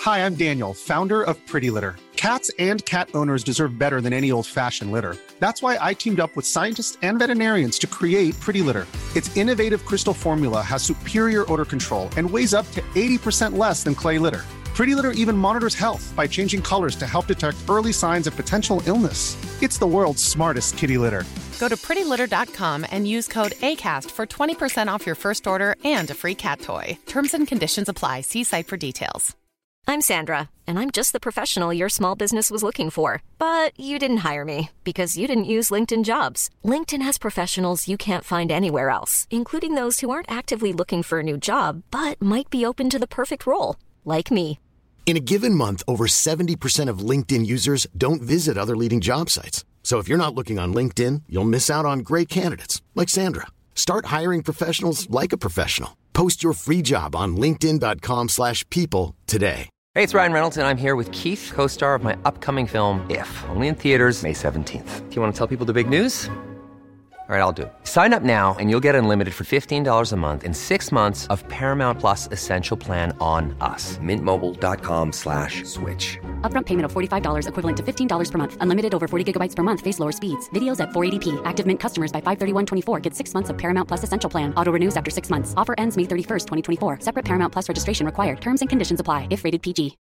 Hi, I'm Daniel, founder of Pretty Litter. Cats and cat owners deserve better than any old-fashioned litter. That's why I teamed up with scientists and veterinarians to create Pretty Litter. Its innovative crystal formula has superior odor control and weighs up to 80% less than clay litter. Pretty Litter even monitors health by changing colors to help detect early signs of potential illness. It's the world's smartest kitty litter. Go to prettylitter.com and use code ACAST for 20% off your first order and a free cat toy. Terms and conditions apply. See site for details. I'm Sandra, and I'm just the professional your small business was looking for. But you didn't hire me because you didn't use LinkedIn Jobs. LinkedIn has professionals you can't find anywhere else, including those who aren't actively looking for a new job, but might be open to the perfect role, like me. In a given month, over 70% of LinkedIn users don't visit other leading job sites. So if you're not looking on LinkedIn, you'll miss out on great candidates like Sandra. Start hiring professionals like a professional. Post your free job on linkedin.com/people today. Hey, it's Ryan Reynolds, and I'm here with Keith, co-star of my upcoming film, If, only in theaters May 17th. Do you want to tell people the big news? All right, I'll do it. Sign up now and you'll get unlimited for $15 a month and 6 months of Paramount Plus Essential Plan on us. Mintmobile.com/switch. Upfront payment of $45 equivalent to $15 per month. Unlimited over 40 gigabytes per month. Face lower speeds. Videos at 480p. Active Mint customers by 531.24 get 6 months of Paramount Plus Essential Plan. Auto renews after 6 months. Offer ends May 31st, 2024. Separate Paramount Plus registration required. Terms and conditions apply if rated PG.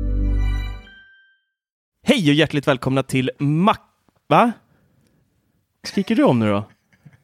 Hej och hjärtligt välkomna till Va? Skriker du om nu då?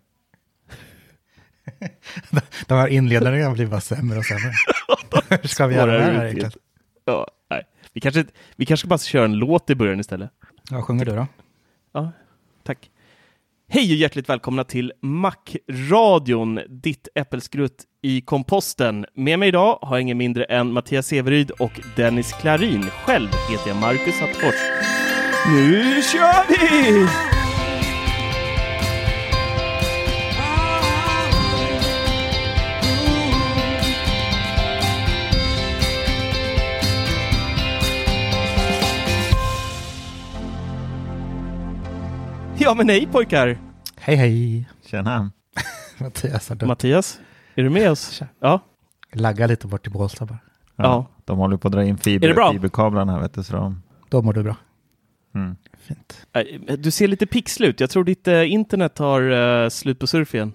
De här inledningarna blir bara sämre och sämre. Hur ska vi göra det här egentligen? Ja, nej. Vi kanske bara ska köra en låt i början istället. Ja, sjunger du då? Ja, tack. Hej och hjärtligt välkomna till Macradion, ditt äppelskrutt i komposten. Med mig idag har jag ingen mindre än Mattias Severyd och Dennis Klarin. Själv heter jag Marcus Attfors. Nu kör vi! Ja, men hej pojkar! Hej, hej! Tjena! Mattias, är du med oss? Tjena. Ja. Lagga lite bort i Bålsta bara. Ja. De håller på att dra in fiberkablarna här, vet du, så Då mår du bra. Mm. Fint. Du ser lite pixlig ut. Jag tror ditt internet har slut på surf igen.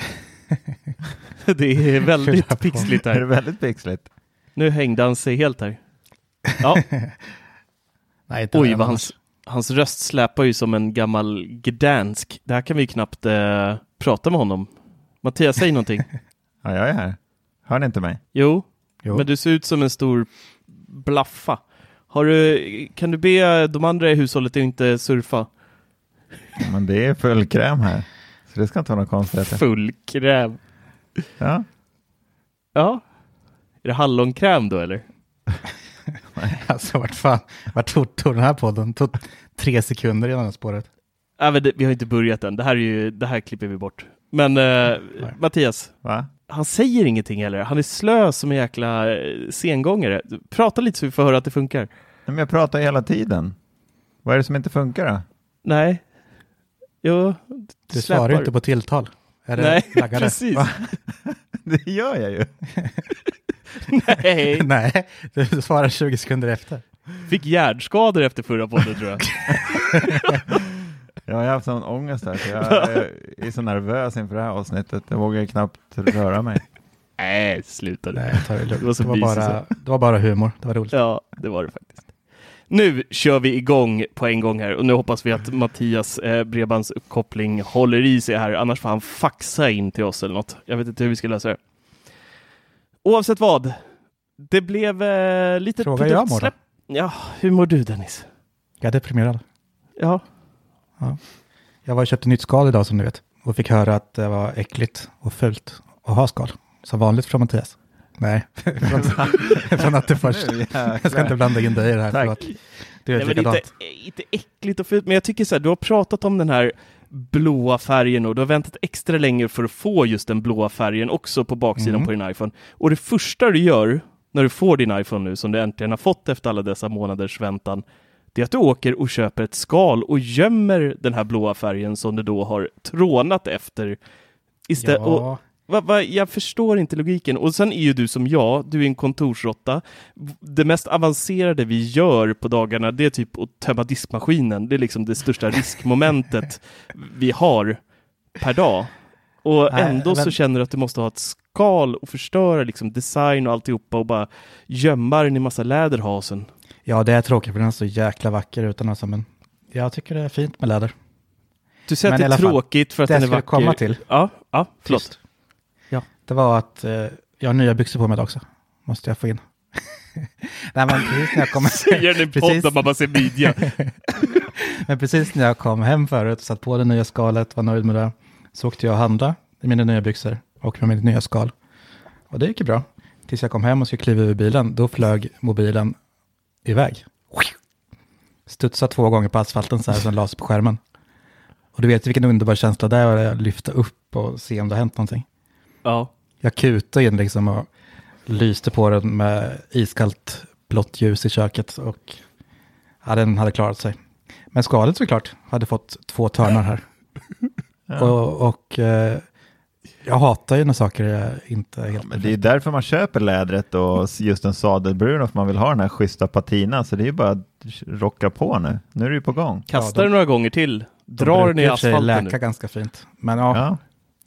Det är väldigt pixligt här. Är det väldigt pixligt? Nu hängde han sig helt här. Ja. Nej, inte. Oj, vad hans röst släpar ju som en gammal gdansk. Det här kan vi ju knappt prata med honom. Mattias, säg någonting. Ja, jag är här. Hör ni inte mig? Jo, men du ser ut som en stor blaffa. Kan du be de andra i hushållet att inte surfa? Ja, men det är full kräm här. Så det ska inte vara något konstigt. Full kräm? Ja. Ja. Är det hallonkräm då, eller? Nej. Alltså, vart tog den här podden? Tog 3 sekunder innan spåret. Ja, men vi har inte börjat än. Det här klipper vi bort. Men Mattias, va? Han säger ingenting heller. Han är slö som en jäkla sengångare. Prata lite så vi får höra att det funkar. Men jag pratar hela tiden. Vad är det som inte funkar då? Nej. Jo, du svarar inte på tilltal. Är det nej, laggare? Precis. Det gör jag ju. Nej. Nej, du svarar 20 sekunder efter. Fick hjärnskador efter förra podden, tror jag. Jag har haft sån ångest här, så jag är så nervös inför det här avsnittet. Jag vågar knappt röra mig. Nej, sluta det. Nej, det var bara humor. Det var roligt. Ja, det var det faktiskt. Nu kör vi igång på en gång här. Och nu hoppas vi att Mattias bredbandsuppkoppling håller i sig här. Annars får han faxa in till oss eller något. Jag vet inte hur vi ska lösa det. Oavsett vad. Det blev lite fråga jag mår då? Ja, hur mår du, Dennis? Jag är deprimerad. Ja. Jag var och köpte nytt skal idag, som du vet. Och fick höra att det var äckligt och fult att ha skal. Som vanligt från Mattias. Nej, från att det först. Jag ska inte blanda in dig i det här. Tack. Det är inte äckligt och fult, men jag tycker så här, du har pratat om den här blåa färgen och du har väntat extra länge för att få just den blåa färgen också på baksidan på din iPhone. Och det första du gör när du får din iPhone nu, som du äntligen har fått efter alla dessa månaders väntan, det är att du åker och köper ett skal och gömmer den här blåa färgen som du då har trånat efter. Jag förstår inte logiken. Och sen är ju du som jag, du är en kontorsrotta. Det mest avancerade vi gör på dagarna, det är typ att tömma diskmaskinen. Det är liksom det största riskmomentet vi har per dag. Och ändå så känner du att du måste ha ett skal och förstöra liksom design och alltihopa och bara gömma den i massa läderhasen. Ja, det är tråkigt för den är så jäkla vacker utan alltså, men jag tycker det är fint med läder. Du säger att det är tråkigt för att den är vacker. Komma till. Ja, förlåt. Ja. Det var att jag har nya byxor på mig också. Måste jag få in. Nej, men precis när jag kom säger ni podd man bara ser midja. Men precis när jag kom hem förut, satt på det nya skalet, var nöjd med det. Så åkte jag och handla i mina nya byxor och med mitt nya skal. Och det gick ju bra. Tills jag kom hem och skulle kliva ur bilen, då flög mobilen iväg. Studsade 2 gånger på asfalten så här som lades på skärmen. Och du vet vilken underbar känsla det är att lyfta upp och se om det har hänt någonting. Ja. Jag kutade in liksom och lyste på den med iskallt blått ljus i köket och den hade klarat sig. Men skalet såklart hade fått 2 törnar här. Ja. Och jag hatar ju när saker är inte helt men det är därför man köper lädret och just en sadelbrun, för man vill ha den här schyssta patina, så det är ju bara att rocka på nu. Nu är det ju på gång. Kasta den några gånger till. Drar den i asfalten läka nu. Ganska fint. Men ja.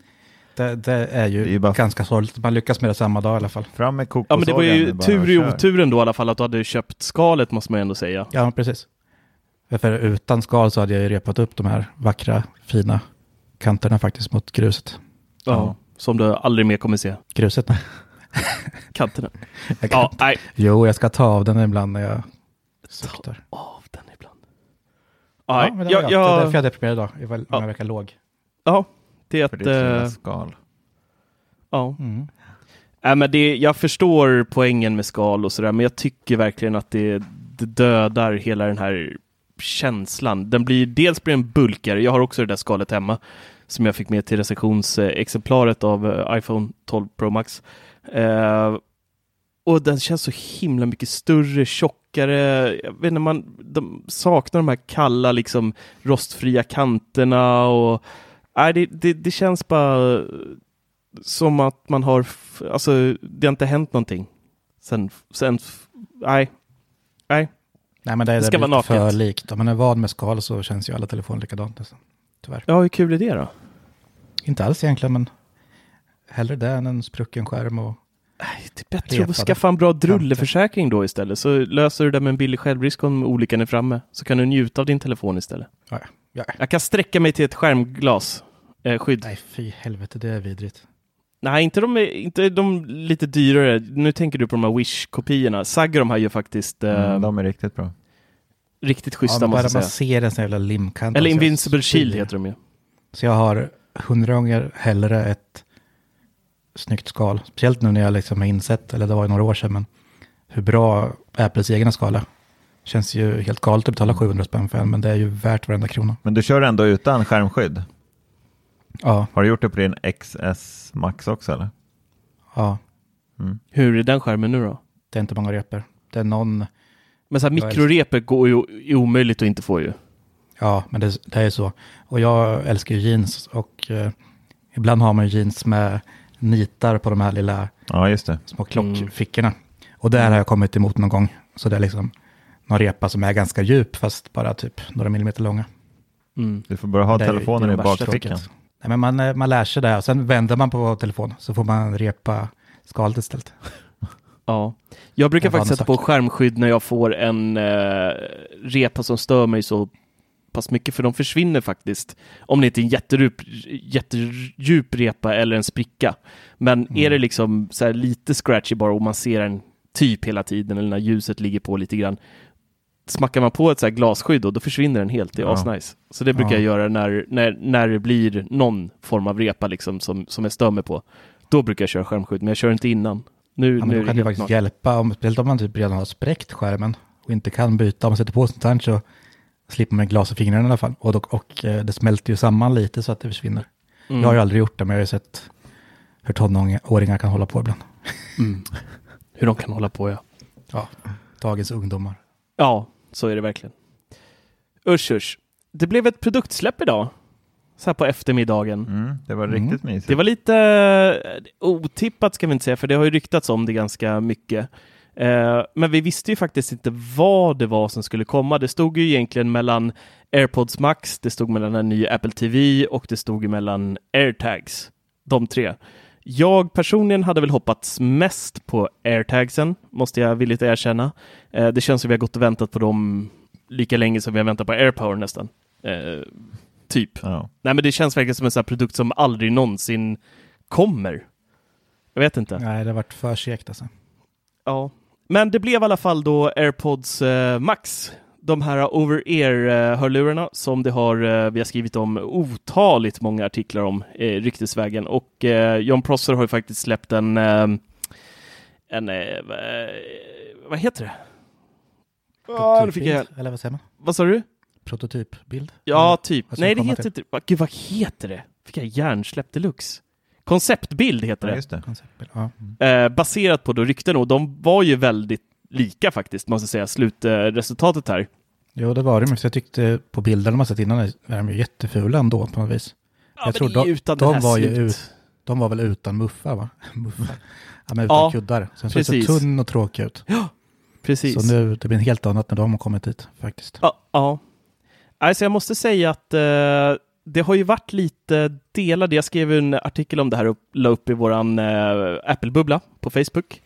Det är ju bara ganska sorgligt. Man lyckas med det samma dag i alla fall. Fram med kokosågen. Ja, men det var ju tur i oturen då i alla fall att du hade köpt skalet, måste man ändå säga. Ja, precis. För utan skal så hade jag ju repat upp de här vackra, fina kanterna faktiskt mot gruset. Ja, som du aldrig mer kommer se. Gruset, nej. Kanterna. Nej. Jo, jag ska ta av den ibland när jag suktar. Ta av den ibland. Ja, men det är därför jag är deprimerad idag. Jag verkar låg. Ja, det är för ditt skal. Ja. Men jag förstår poängen med skal och sådär, men jag tycker verkligen att det dödar hela den här känslan. Dels blir den bulkare. Jag har också det där skalet hemma som jag fick med till recensionsexemplaret av iPhone 12 Pro Max. Och den känns så himla mycket större, tjockare. Jag vet inte, de saknar de här kalla, liksom rostfria kanterna och det känns bara som att man har alltså det har inte hänt någonting sen nej, men det ska vara naket. För likt. Om man är van med skal så känns ju alla telefoner likadant nästan. Tyvärr. Ja, hur kul är det då? Inte alls egentligen, men hellre det än en sprucken skärm och det är bättre att skaffa en bra drulleförsäkring då istället. Så löser du det med en billig självrisk om olyckan är framme. Så kan du njuta av din telefon istället. Ja. Jag kan sträcka mig till ett skärmglas skydd. Nej, fy helvete, det är vidrigt. Nej, inte de lite dyrare. Nu tänker du på de här Wish-kopiorna. Sagger de här ju faktiskt... de är riktigt bra. Riktigt schyssta, måste jag säga. Man ser en sån jävla limkant. Eller Invincible Shield heter de ju. Så jag har 100 gånger hellre ett snyggt skal. Speciellt nu när jag liksom har insett, eller det var ju några år sedan, men hur bra Apples egna skala. Känns ju helt galet att betala 700 spänn för en, men det är ju värt varenda krona. Men du kör ändå utan skärmskydd? Ja. Har du gjort det på din XS Max också, eller? Ja. Hur är den skärmen nu då? Det är inte många repor. Det är någon... Men så här mikrorepor går ju omöjligt att inte få ju. Ja, men det är så. Och jag älskar ju jeans och ibland har man ju jeans med nitar på de här lilla små klockfickorna. Och där har jag kommit emot någon gång. Så det är liksom någon repa som är ganska djup fast bara typ några millimeter långa. Du får bara ha telefonen i bakfickan. Nej, men man lär sig det och sen vänder man på telefon så får man repa skalet istället. Ja, jag brukar faktiskt sätta på skärmskydd när jag får en repa som stör mig så pass mycket, för de försvinner faktiskt om det inte är en jättedjup repa eller en spricka. Men är det liksom så här lite scratchy bara och man ser en typ hela tiden eller när ljuset ligger på lite grann, smackar man på ett så här glasskydd och då försvinner den helt. Det är asnice. Så det brukar jag göra när det blir någon form av repa liksom som jag stör mig på. Då brukar jag köra skärmskydd, men jag kör inte innan. Nu kan det faktiskt hjälpa, speciellt om man typ redan har spräckt skärmen och inte kan byta. Om man sätter på sånt här så slipper man glas i fingrarna i alla fall. Och det smälter ju samman lite så att det försvinner. Jag har ju aldrig gjort det, men jag har ju sett hur tonåringar kan hålla på ibland. Hur de kan hålla på, ja. Dagens ungdomar. Ja, så är det verkligen. Usch. Det blev ett produktsläpp idag. så här på eftermiddagen. Det var riktigt mysigt. Det var lite otippat ska vi inte säga, för det har ju ryktats om det ganska mycket. Men vi visste ju faktiskt inte vad det var som skulle komma. Det stod ju egentligen mellan AirPods Max, det stod mellan en ny Apple TV och det stod ju mellan AirTags. De 3. Jag personligen hade väl hoppats mest på AirTagsen, måste jag villigt erkänna. Det känns som vi har gått och väntat på dem lika länge som vi har väntat på AirPower nästan. Typ. Ja. Nej, men det känns verkligen som en sån här produkt som aldrig någonsin kommer. Jag vet inte. Nej, det har varit för segt alltså. Ja. Men det blev i alla fall då AirPods Max. De här over-ear-hörlurarna som det har, vi har skrivit om otaligt många artiklar om ryktesvägen. Och Jon Prosser har ju faktiskt släppt en vad heter det? Prototypbild, eller vad säger man? Vad sa du? Prototypbild? Ja, typ. Nej, det heter till? inte... Gud, vad heter det? Fick jag hjärnsläpp deluxe? Konceptbild heter det. Just det. Konceptbild, ja. Baserat på då rykten, och de var ju väldigt lika faktiskt, måste jag säga, slutresultatet här. Jo, det var det, men jag tyckte på bilderna man sett innan är de ju jättefula ändå på något vis. Ja, jag tror de var ju de var väl utan muffar, va? Muffar. Ja, men utan kuddar. Så den såg så tunn och tråkig ut. Ja, precis. Så nu, det blir en helt annat när de har kommit hit, faktiskt. Ja. Alltså jag måste säga att det har ju varit lite delade. Jag skrev en artikel om det här och la upp i våran Apple-bubbla på Facebook.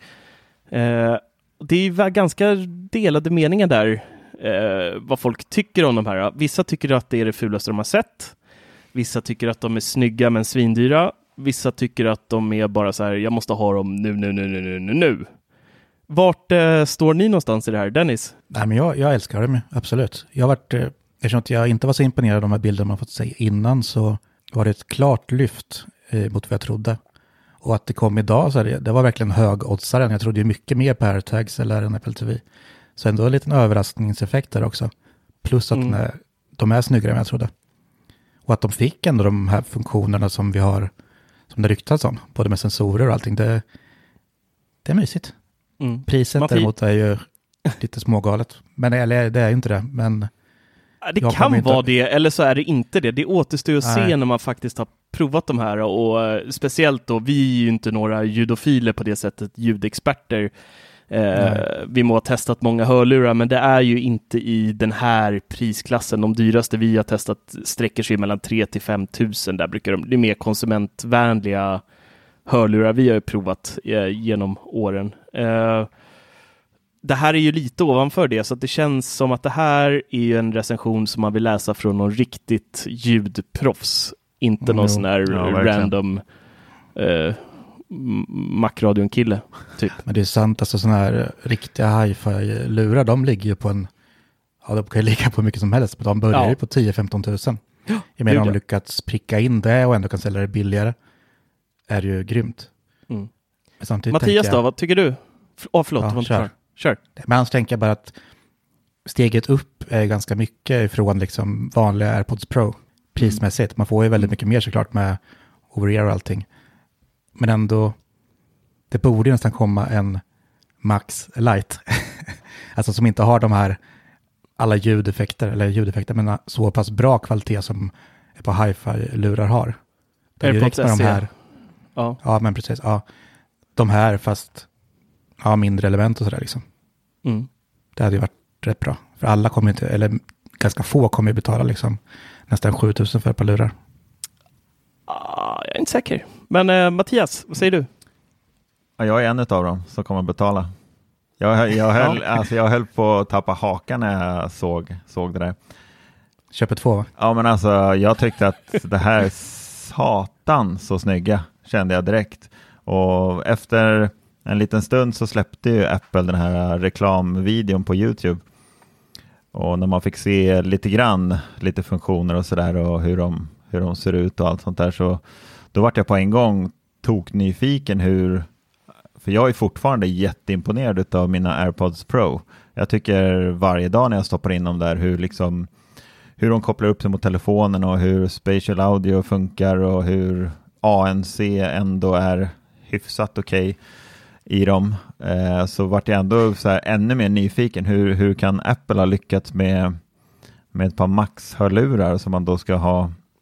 Det är ju ganska delade meningar där vad folk tycker om de här. Vissa tycker att det är det fulaste de har sett. Vissa tycker att de är snygga men svindyra. Vissa tycker att de är bara så här, jag måste ha dem nu. Vart står ni någonstans i det här, Dennis? Nej, men jag älskar dem, absolut. Jag har varit, eftersom att jag inte var så imponerad av de här bilderna man fått se innan, så var det ett klart lyft mot vad jag trodde. Och att det kom idag, så det var verkligen högoddsaren. Jag trodde ju mycket mer på AirTags eller en Apple TV. Så ändå en liten överraskningseffekt där också. Plus att de är snyggare än jag trodde. Och att de fick ändå de här funktionerna som vi har, som det ryktas om, både med sensorer och allting. Det är mysigt. Priset däremot är ju lite smågalet. Men eller, det är ju inte det. Men det kan vara det, eller så är det inte det. Det återstår att se när man faktiskt har provat de här. Och speciellt då, vi är ju inte några ljudofiler på det sättet, ljudexperter. Vi må ha testat många hörlurar, men det är ju inte i den här prisklassen. De dyraste vi har testat sträcker sig mellan 3 till 5 000. Där brukar det är mer konsumentvänliga hörlurar vi har ju provat genom åren. Det här är ju lite ovanför det, så att det känns som att det här är ju en recension som man vill läsa från någon riktigt ljudproffs. Inte någon sån här random Mac-radion-kille, typ. Men det är sant, alltså sådana här riktiga hi-fi-lurar, de ligger ju på de kan ju ligga på mycket som helst, men de börjar ju på 10-15 000. Jag menar, om de lyckats pricka in det och ändå kan sälja det billigare, är det ju grymt. Mattias då, vad tycker du? Förlåt, kör. Men annars tänker jag bara att steget upp är ganska mycket ifrån liksom vanliga AirPods Pro prismässigt. Man får ju väldigt mycket mer såklart med over-ear och allting. Men ändå, det borde nästan komma en Max Lite. Alltså som inte har de här alla ljudeffekter, men så pass bra kvalitet som på hi-fi-lurar har. Det är ju med de här. Ja, men precis. Ja. De här fast mindre element och sådär liksom. Det hade ju varit rätt bra. För alla kommer inte, eller ganska få kommer ju betala liksom nästan 7 000 för ett par lurar. Jag är inte säker. Men Mattias, vad säger du? Ja, jag är en av dem som kommer betala. Jag höll på att tappa hakan när jag såg det där. Köper 2, va? Ja, men alltså jag tyckte att det här satan så snygga, kände jag direkt. Och efter en liten stund så släppte ju Apple den här reklamvideon på YouTube. Och när man fick se lite funktioner och sådär och hur de ser ut och allt sånt där, så då vart jag på en gång nyfiken för jag är fortfarande jätteimponerad av mina AirPods Pro. Jag tycker varje dag när jag stoppar in dem där hur de kopplar upp sig mot telefonen och hur spatial audio funkar och hur ANC ändå är hyfsat okej i dem, så vart jag ändå så här ännu mer nyfiken. Hur kan Apple ha lyckats med ett par Max-hörlurar som man då ska ha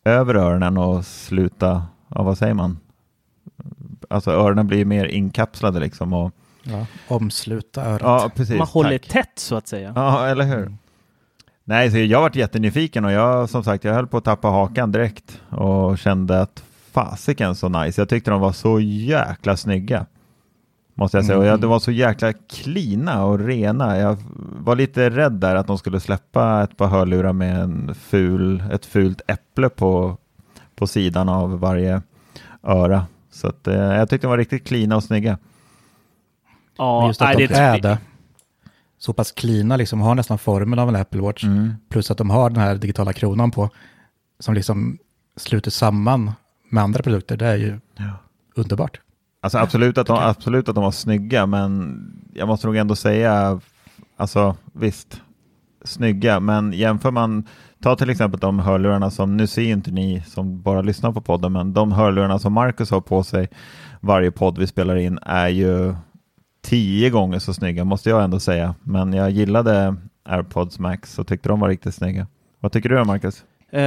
över öronen och sluta, vad säger man? Alltså öronen blir mer inkapslade liksom. Och, omsluta örat. Ja, precis. Man håller tätt så att säga. Ja, eller hur? Nej, så jag har varit jättenyfiken och jag höll på att tappa hakan direkt och kände att fasiken så nice. Jag tyckte de var så jäkla snygga. Måste jag säga. Och de var så jäkla klina och rena. Jag var lite rädd där att de skulle släppa ett par hörlurar med ett fult äpple på sidan av varje öra. Så att, jag tyckte de var riktigt klina och snygga. Ja, just att de är det. Så pass klina, liksom har nästan formen av en Apple Watch. Plus att de har den här digitala kronan på som liksom sluter samman med andra produkter. Det är ju underbart. Alltså absolut att de var snygga, men jag måste nog ändå säga, alltså visst, snygga, men jämför man, ta till exempel de hörlurarna som, nu ser inte ni som bara lyssnar på podden, men de hörlurarna som Marcus har på sig varje podd vi spelar in är ju 10 gånger så snygga, måste jag ändå säga. Men jag gillade AirPods Max och tyckte de var riktigt snygga. Vad tycker du, Marcus?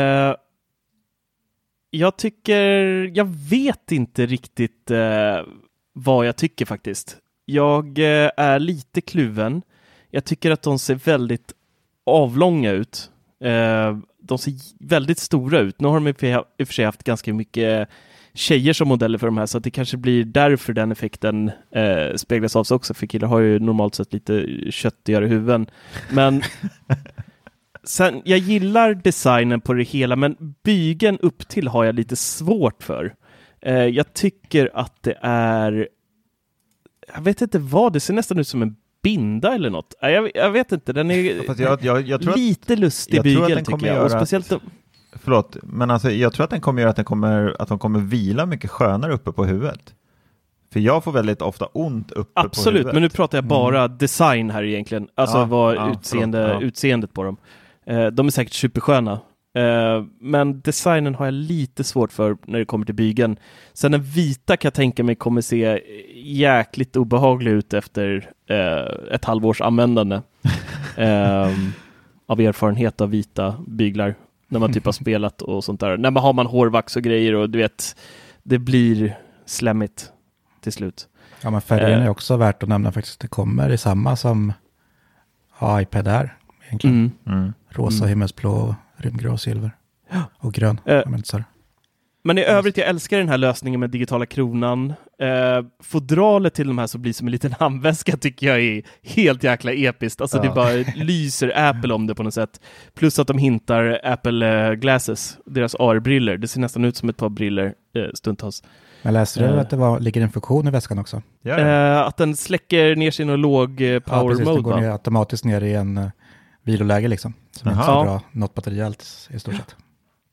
Jag vet inte riktigt vad jag tycker faktiskt. Jag är lite kluven. Jag tycker att de ser väldigt avlånga ut. De ser väldigt stora ut. Nu har de i och för sig haft ganska mycket tjejer som modeller för de här, så att det kanske blir därför den effekten speglas av sig också, för killar har ju normalt sett lite köttigare huvuden. Men sen, jag gillar designen på det hela, men bygeln upp till har jag lite svårt för. Jag tycker att det är, jag vet inte vad, det ser nästan ut som en binda eller något. Jag vet inte, den är jag tror lite lustig bygel tycker jag. Och speciellt förlåt, men alltså, jag tror att den kommer göra att de kommer vila mycket skönare uppe på huvudet. För jag får väldigt ofta ont uppe på huvudet. Absolut, men nu pratar jag bara design här egentligen. Alltså utseendet på dem. De är säkert supersköna. Men designen har jag lite svårt för när det kommer till bygeln. Sen den vita kan jag tänka mig kommer se jäkligt obehaglig ut efter ett halvårs användande. Av erfarenhet av vita byglar. När man typ har spelat och sånt där. När man har hårvax och grejer och du vet, det blir slemmigt till slut. Ja, men färgen är också värt att nämna faktiskt. Det kommer i samma som iPad är egentligen. Rosa, himmelsblå, rymdgrå och silver. Och grön. Men i övrigt, jag älskar den här lösningen med digitala kronan. Fodralet till de här så blir som en liten handväska tycker jag är helt jäkla episkt. Alltså det bara lyser Apple om det på något sätt. Plus att de hintar Apple Glasses, deras AR-briller. Det ser nästan ut som ett par briller stundtals. Men läste du att det ligger en funktion i väskan också? Att den släcker ner sin och låg power precis, mode. Den går automatiskt ner i en viloläge liksom. Som inte så bra något batteri allt i stort sett.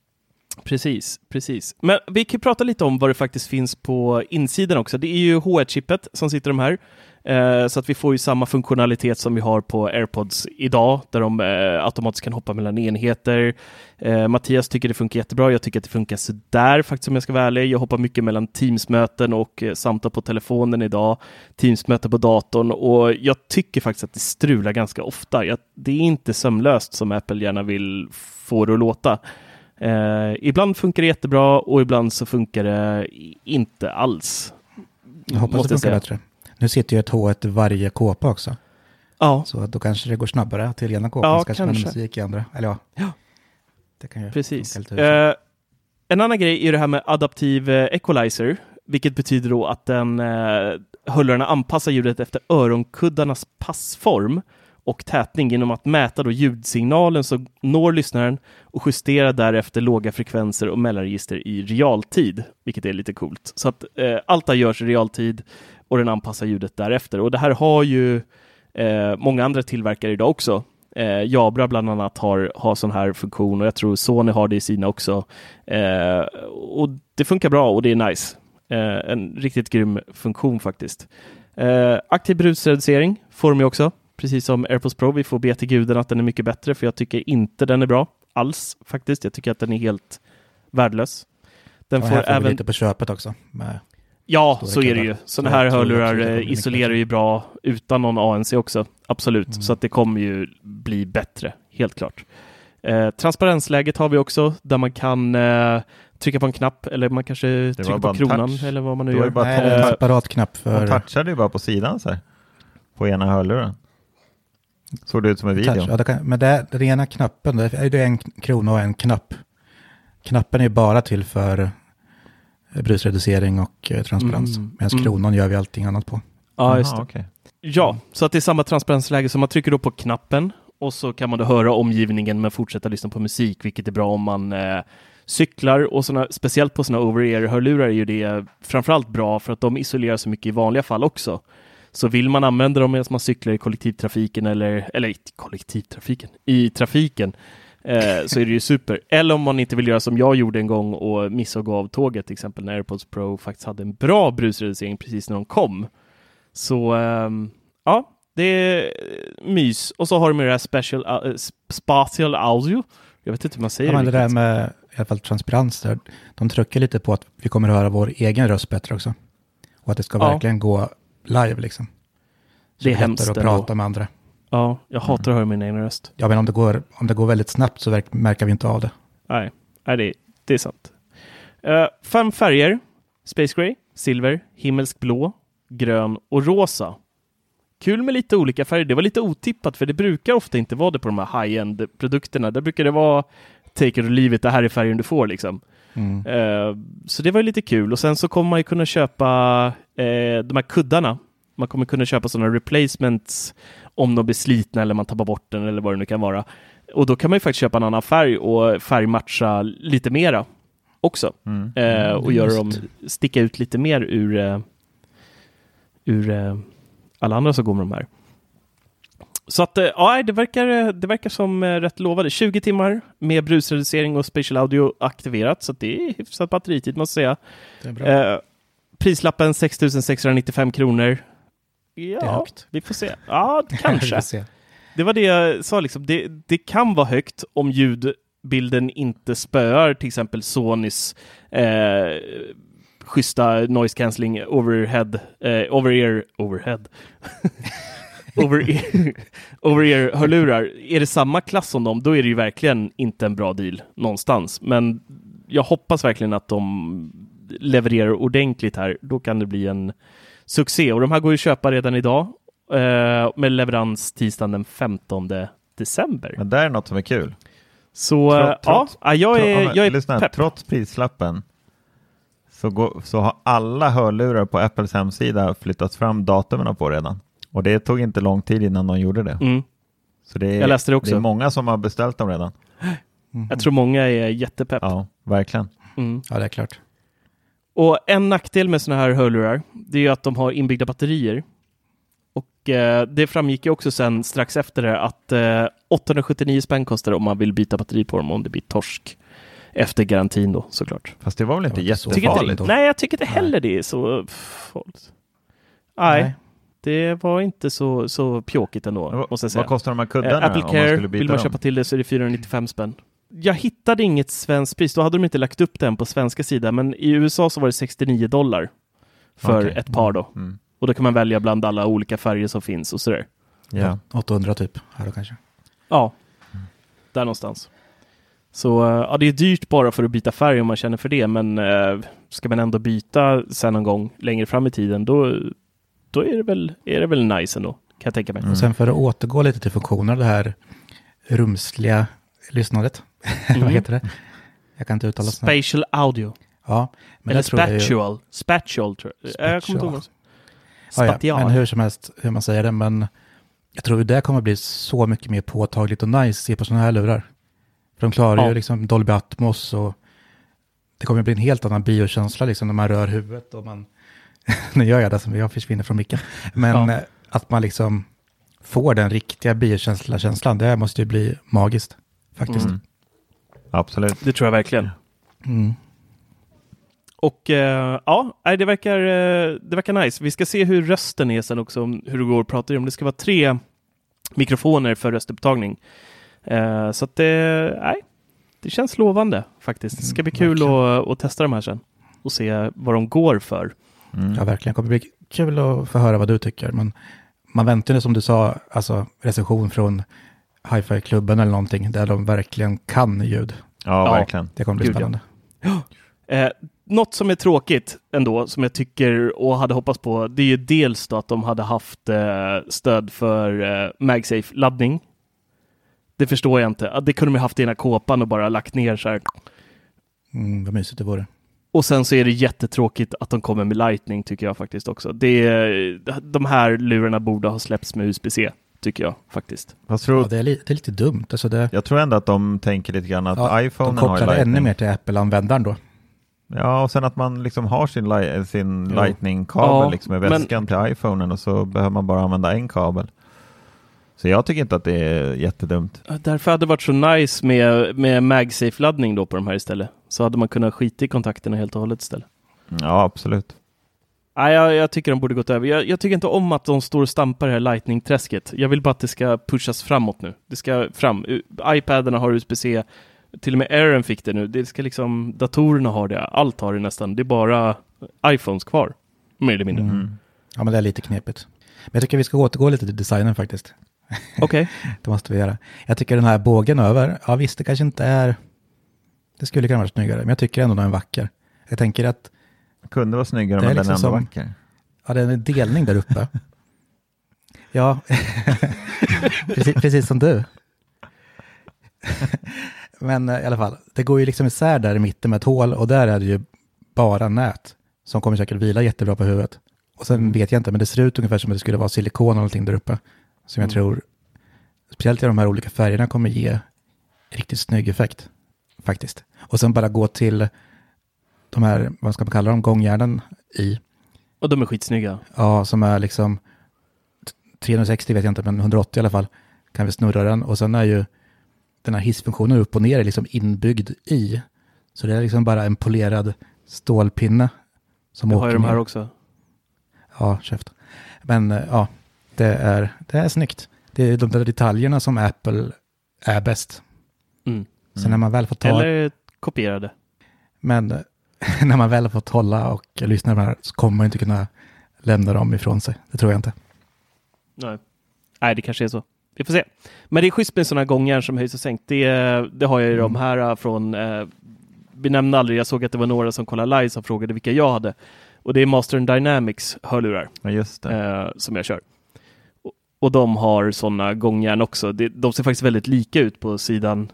Precis. Men vi kan prata lite om vad det faktiskt finns på insidan också. Det är ju H1-chippet som sitter de här. Så att vi får ju samma funktionalitet som vi har på AirPods idag, där de automatiskt kan hoppa mellan enheter. Mattias tycker det funkar jättebra. Jag tycker att det funkar så där faktiskt, om jag ska vara ärlig. Jag hoppar mycket mellan Teams-möten och samtal på telefonen idag. Teams-möten på datorn. Och jag tycker faktiskt att det strular ganska ofta. Det är inte sömlöst som Apple gärna vill få det att låta. Ibland funkar det jättebra och ibland så funkar det inte alls. Jag hoppas det funkar bättre. Nu sitter ju ett H1 i varje kåpa också. Ja. Så då kanske det går snabbare till ena kåpan. Ja, kanske med musik i andra. Eller det kan ju. Precis. En annan grej är det här med adaptiv equalizer. Vilket betyder då att hörlurarna anpassar ljudet efter öronkuddarnas passform och tätning genom att mäta då ljudsignalen som når lyssnaren och justera därefter låga frekvenser och mellanregister i realtid, vilket är lite coolt. Så att allt det görs i realtid och den anpassar ljudet därefter. Och det här har ju många andra tillverkare idag också. Jabra bland annat har sån här funktion och jag tror Sony har det i sina också. Och det funkar bra och det är nice. En riktigt grym funktion faktiskt. Aktiv brusreducering får de ju också. Precis som AirPods Pro, vi får be till guden att den är mycket bättre, för jag tycker inte den är bra alls faktiskt. Jag tycker att den är helt värdelös. Den får även lite på köpet också. Ja, så är det ju. Sådana här hörlurar isolerar ju bra utan någon ANC också. Absolut. Så att det kommer ju bli bättre, helt klart. Transparensläget har vi också, där man kan trycka på en knapp, eller man kanske trycker på kronan, eller vad man nu gör. Nej, det är en separat knapp för... Man touchade ju bara på sidan så här, på ena hörluren. Såg det ut som en video. Ja, men den ena knappen, det är en krona och en knapp. Knappen är bara till för brusreducering och transparens. Medan kronan gör vi allting annat på. Ja, just det. Okay. Ja, så att det är samma transparensläge, så man trycker då på knappen och så kan man då höra omgivningen men fortsätta lyssna på musik, vilket är bra om man cyklar, och speciellt på såna over-ear-hörlurar är ju det framförallt bra för att de isolerar så mycket i vanliga fall också. Så vill man använda dem medan man cyklar i kollektivtrafiken eller i kollektivtrafiken, i trafiken, så är det ju super. Eller om man inte vill göra som jag gjorde en gång och missa och gå av tåget, till exempel när AirPods Pro faktiskt hade en bra brusreducering precis när de kom. Så ja, det är mys. Och så har de ju det här spatial audio. Jag vet inte hur man säger det. Men det där med i alla fall transparens där, de trycker lite på att vi kommer att höra vår egen röst bättre också. Och att det ska verkligen gå live liksom. Så det är hemskt att prata med andra. Ja, jag hatar att höra min egen röst. Ja, men om det går väldigt snabbt så märker vi inte av det. Nej, det är sant. 5 färger. Space Gray, silver, himmelsk blå, grön och rosa. Kul med lite olika färger. Det var lite otippat, för det brukar ofta inte vara det på de här high-end-produkterna. Där brukar det vara take it or leave it, det här är färgen du får liksom. Så det var lite kul. Och sen så kommer man ju kunna köpa de här kuddarna. Man kommer kunna köpa sådana replacements om de blir slitna eller man tappar bort den eller vad det nu kan vara. Och då kan man ju faktiskt köpa en annan färg och färgmatcha lite mera också. Och göra dem sticka ut lite mer ur alla andra som går med de här. Så att ja, det verkar som rätt lovade. 20 timmar med brusreducering och spatial audio aktiverat, så att det är hyfsat batteritid måste jag säga. Det är bra. Prislappen 6 695 kronor. Ja, det är högt. Vi får se. Ja, kanske. Det var det jag sa liksom. Det kan vara högt om ljudbilden inte spöar till exempel Sonys schyssta noise cancelling over-ear hörlurar. Är det samma klass som dem, då är det ju verkligen inte en bra deal någonstans. Men jag hoppas verkligen att de levererar ordentligt här. Då kan det bli en succé. Och de här går ju att köpa redan idag med leverans tisdagen den 15 december. Men det är något som är kul. Så jag är pepp. Trots prislappen så har alla hörlurar på Apples hemsida flyttats fram datumen på redan. Och det tog inte lång tid innan de gjorde det. Så jag läste det också. Det är många som har beställt dem redan. Jag tror många är jättepepp. Ja, verkligen. Ja, det är klart. Och en nackdel med såna här hörlurar, det är att de har inbyggda batterier. Och det framgick ju också sen strax efter det att 879 spänn kostar om man vill byta batteri på dem, om det blir torsk. Efter garantin då, såklart. Fast det var väl inte jättefarligt? Nej, jag tycker inte heller det är så farligt. Nej, det var inte så pjåkigt ändå, måste jag säga. Vad kostar de här kuddarna Apple Care, vill man köpa till det så är det 495 spänn. Jag hittade inget svenskt pris, då hade de inte lagt upp den på svenska sidan, men i USA så var det $69 för ett par då. Och då kan man välja bland alla olika färger som finns och sådär. Ja, 800 typ, här då kanske. Ja, där någonstans. Så ja, det är dyrt bara för att byta färg om man känner för det, men ska man ändå byta sen någon gång längre fram i tiden, då är det väl nice ändå, kan jag tänka mig. Och sen för att återgå lite till funktioner, det här rumsliga lyssnandet. Vad heter det? Jag kan inte uttala det. Spatial audio. Ja. Men eller spatial tror jag. Jag kommer inte ihåg. Ja, men hur som helst, hur man säger det, men jag tror det kommer bli så mycket mer påtagligt och nice att se på sådana här lurar. För de klarar ju liksom Dolby Atmos, och det kommer bli en helt annan biokänsla liksom när man rör huvudet och man nu gör jag det som jag försvinner från micken. Men att man liksom får den riktiga biokänslan, det måste ju bli magiskt faktiskt. Absolut. Det tror jag verkligen. Och det verkar nice. Vi ska se hur rösten är sen också, hur det går att prata om. Det ska vara 3 mikrofoner för röstupptagning. Så att det känns lovande faktiskt. Det ska bli kul att testa de här sen och se vad de går för. Ja, verkligen. Det kommer bli kul att få höra vad du tycker. Men man väntar ju, som du sa, alltså recension från Hi-Fi-klubben eller någonting där de verkligen kan ljud. Ja, verkligen. Det kommer bli spännande. Något som är tråkigt ändå, som jag tycker och hade hoppats på, det är ju dels då att de hade haft stöd för MagSafe-laddning. Det förstår jag inte. Det kunde de ha haft i ena kåpan och bara lagt ner så här. Vad mysigt det vore. Och sen så är det jättetråkigt att de kommer med Lightning, tycker jag faktiskt också. De här lurarna borde ha släppts med USB-C, tycker jag faktiskt. Det är lite dumt. Alltså jag tror ändå att de tänker lite grann att iPhone har Lightning. De kopplar ännu mer till Apple-användaren då. Ja, och sen att man liksom har sin Lightning-kabel liksom i väskan till iPhonen och så behöver man bara använda en kabel. Så jag tycker inte att det är jättedumt. Därför hade det varit så nice med MagSafe-laddning då på de här istället. Så hade man kunnat skita i kontakterna helt och hållet istället. Ja, absolut. Nej, jag tycker de borde gått över. Jag tycker inte om att de står och stampar det här Lightning-träsket. Jag vill bara att det ska pushas framåt nu. Det ska fram. iPaderna har USB-C. Till och med Aaron fick det nu. Det ska liksom, datorerna har det. Allt har det nästan. det är bara iPhones kvar. Mer eller mindre. Ja, men det är lite knepigt. Men jag tycker vi ska återgå lite till designen faktiskt. Okej. Det måste vi göra. Jag tycker den här bågen över, ja visst det kanske inte är, det skulle kunna vara snyggare, men jag tycker ändå den är vacker. Jag tänker att det kunde vara snyggare, men liksom den är ändå vacker. Ja, det är en delning där uppe. Ja, precis som du. Men i alla fall, det går ju liksom isär där i mitten med ett hål och där är det ju bara nät som kommer säkert vila jättebra på huvudet. Och sen vet jag inte, men det ser ut ungefär som att det skulle vara silikon eller någonting där uppe. Som jag tror, speciellt i de här olika färgerna, kommer ge riktigt snygg effekt. Faktiskt. Och sen bara gå till de här, vad ska man kalla dem, gångjärnen i. Och de är skitsnygga. Ja, som är liksom 360 vet jag inte, men 180 i alla fall. Kan vi snurra den. Och sen är ju den här hissfunktionen upp och ner är liksom inbyggd i. Så det är liksom bara en polerad stålpinne som åker ner. Har ju de här också. Ja, käft. Men ja, det är snyggt. Det är de där detaljerna som Apple är bäst. Sen när man väl får ta... Eller kopierade. Men när man väl har fått hålla och lyssna på det här så kommer man inte kunna lämna dem ifrån sig. Det tror jag inte. Nej, det kanske är så. Vi får se. Men det är schysst med sådana gånger som höjs och sänkt. Det har jag ju de här från... vi nämnde aldrig, jag såg att det var några som kollade live som frågade vilka jag hade. Och det är Master Dynamics hörlurar. Ja, just det. Som jag kör. Och de har sådana gångjärn också. De ser faktiskt väldigt lika ut på sidan.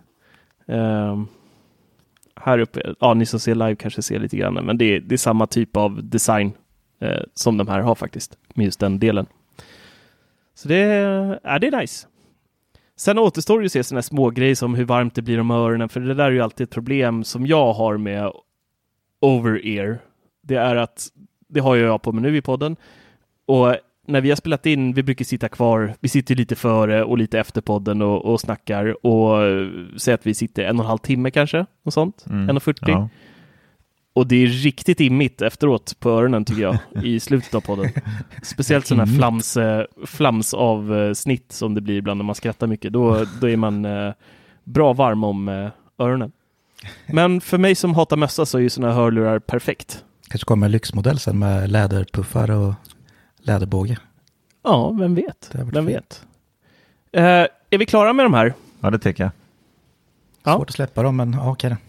Här uppe. Ja, ni som ser live kanske ser lite grann. Men det är samma typ av design som de här har faktiskt. Med just den delen. Så det är nice. Sen återstår det ju att se sådana små grejer som hur varmt det blir om öronen. För det där är ju alltid ett problem som jag har med over-ear. Det är att, det har jag på mig nu i podden. Och när vi har spelat in, vi brukar sitta kvar. Vi sitter lite före och lite efter podden och snackar. Och säger att vi sitter 1,5 timme kanske. Och sånt. 1,40. Ja. Och det är riktigt immigt efteråt på öronen tycker jag. I slutet av podden. Speciellt sådana här flams av snitt som det blir ibland när man skrattar mycket. Då är man bra varm om öronen. Men för mig som hatar mössa så är ju sådana hörlurar perfekt. Kanske kommer en lyxmodell sen med läderpuffar och läderbåge. Ja, vem vet? Vem vet? Är vi klara med de här? Ja, det tycker jag. Svårt att släppa dem, men ja, okej.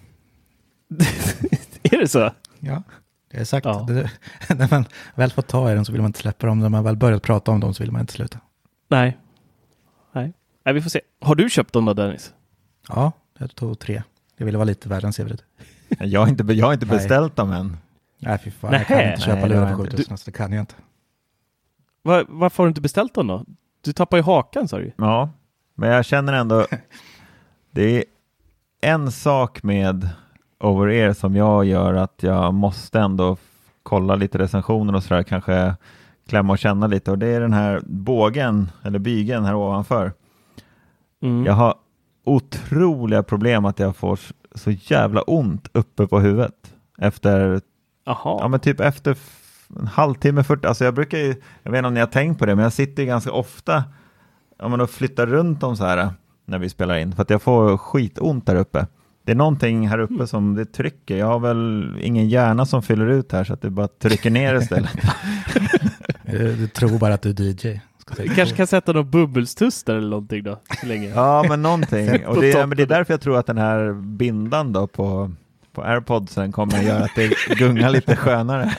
Är det så? Ja, det är sagt. Ja. När man väl får ta i dem så vill man inte släppa dem. När man väl börjat prata om dem så vill man inte sluta. Nej, vi får se. Har du köpt dem då, Dennis? Ja, jag tog 3. Jag ville vara lite värre än Severid. Jag har inte beställt dem än. Nej, fy fan. Jag kan inte köpa lurar på 7000, så det kan jag inte. Varför har du inte beställt dem då? Du tappar ju hakan, sa du. Ja, men jag känner ändå... det är en sak med over-ear som jag gör att jag måste ändå kolla lite recensioner och sådär, kanske klämma och känna lite. Och det är den här bågen, eller bygeln här ovanför. Jag har otroliga problem att jag får så jävla ont uppe på huvudet. Efter, ja men typ efter en halvtimme, 40, alltså jag brukar ju, jag vet inte om ni har tänkt på det, men jag sitter ju ganska ofta och flyttar runt dem så här när vi spelar in, för att jag får skitont där uppe. Det är någonting här uppe som det trycker. Jag har väl ingen hjärna som fyller ut här så att det bara trycker ner istället. Du tror bara att du är DJ. Kanske kan sätta någon bubbelstuster eller någonting då, så länge. Ja, men någonting. Och det är därför jag tror att den här bindan då på AirPodsen kommer att göra att det gungar lite skönare.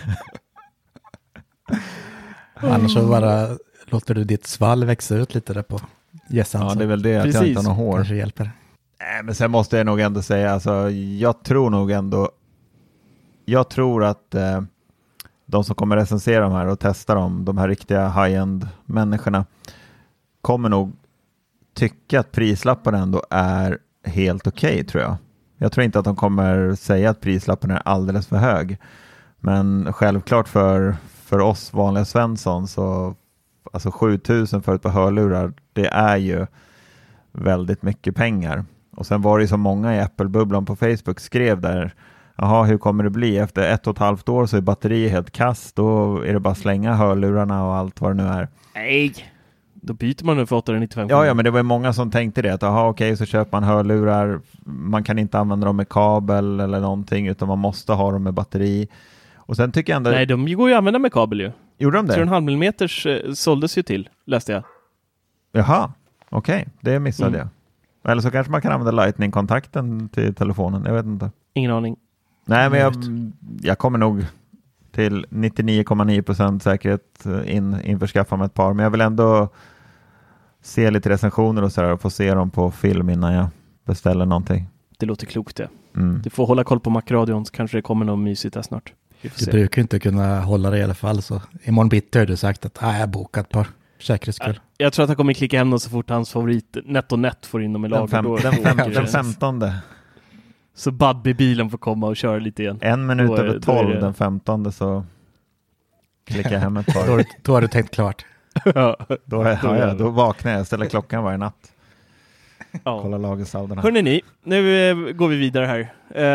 Annars så bara låter du ditt svall växa ut lite där på gässan. Ja, det är väl det att jag inte har någon hår. Kanske hjälper. Nej, men sen måste jag nog ändå säga, alltså, jag tror att de som kommer recensera de här och testa dem, de här riktiga high-end människorna, kommer nog tycka att prislappen ändå är helt okej, tror jag. Jag tror inte att de kommer säga att prislappen är alldeles för hög. Men självklart för oss vanliga Svensson så alltså 7000 för ett par hörlurar, det är ju väldigt mycket pengar. Och sen var det så många i Apple-bubblan på Facebook skrev där, jaha, hur kommer det bli? Efter 1,5 år så är batteriet helt kast, då är det bara slänga hörlurarna och allt vad det nu är. Nej, då byter man nu för 895 kronor. Ja, men det var ju många som tänkte det, att jaha, okej, så köper man hörlurar, man kan inte använda dem med kabel eller någonting, utan man måste ha dem med batteri. Och sen tycker jag ändå... Nej, de går ju att använda med kabel ju. Gjorde de det? 3,5 mm såldes ju till, läste jag. Jaha, okej, det missade jag. Eller så kanske man kan använda Lightning-kontakten till telefonen, jag vet inte. Ingen aning. Nej, men jag kommer nog till 99,9% säkerhet införskaffa med ett par. Men jag vill ändå se lite recensioner och sådär och få se dem på film innan jag beställer någonting. Det låter klokt det. Du får hålla koll på Macradion, så kanske det kommer något mysigt där snart. Du brukar inte kunna hålla det i alla fall. Så imorgon bitti har du sagt att jag har bokat ett par. Säkerhetsskull. Jag tror att han kommer klicka hem så fort hans favorit NetOnNet får in dem i lager. Den 15. Så Budbee-bilen får komma och köra lite igen. 1 minut över 12 den 15 så klickar jag hem ett par. Då har du tänkt klart. Då vaknar jag, ställer klockan varje natt. Kolla lagersalderna. Hörrni ni, nu går vi vidare här.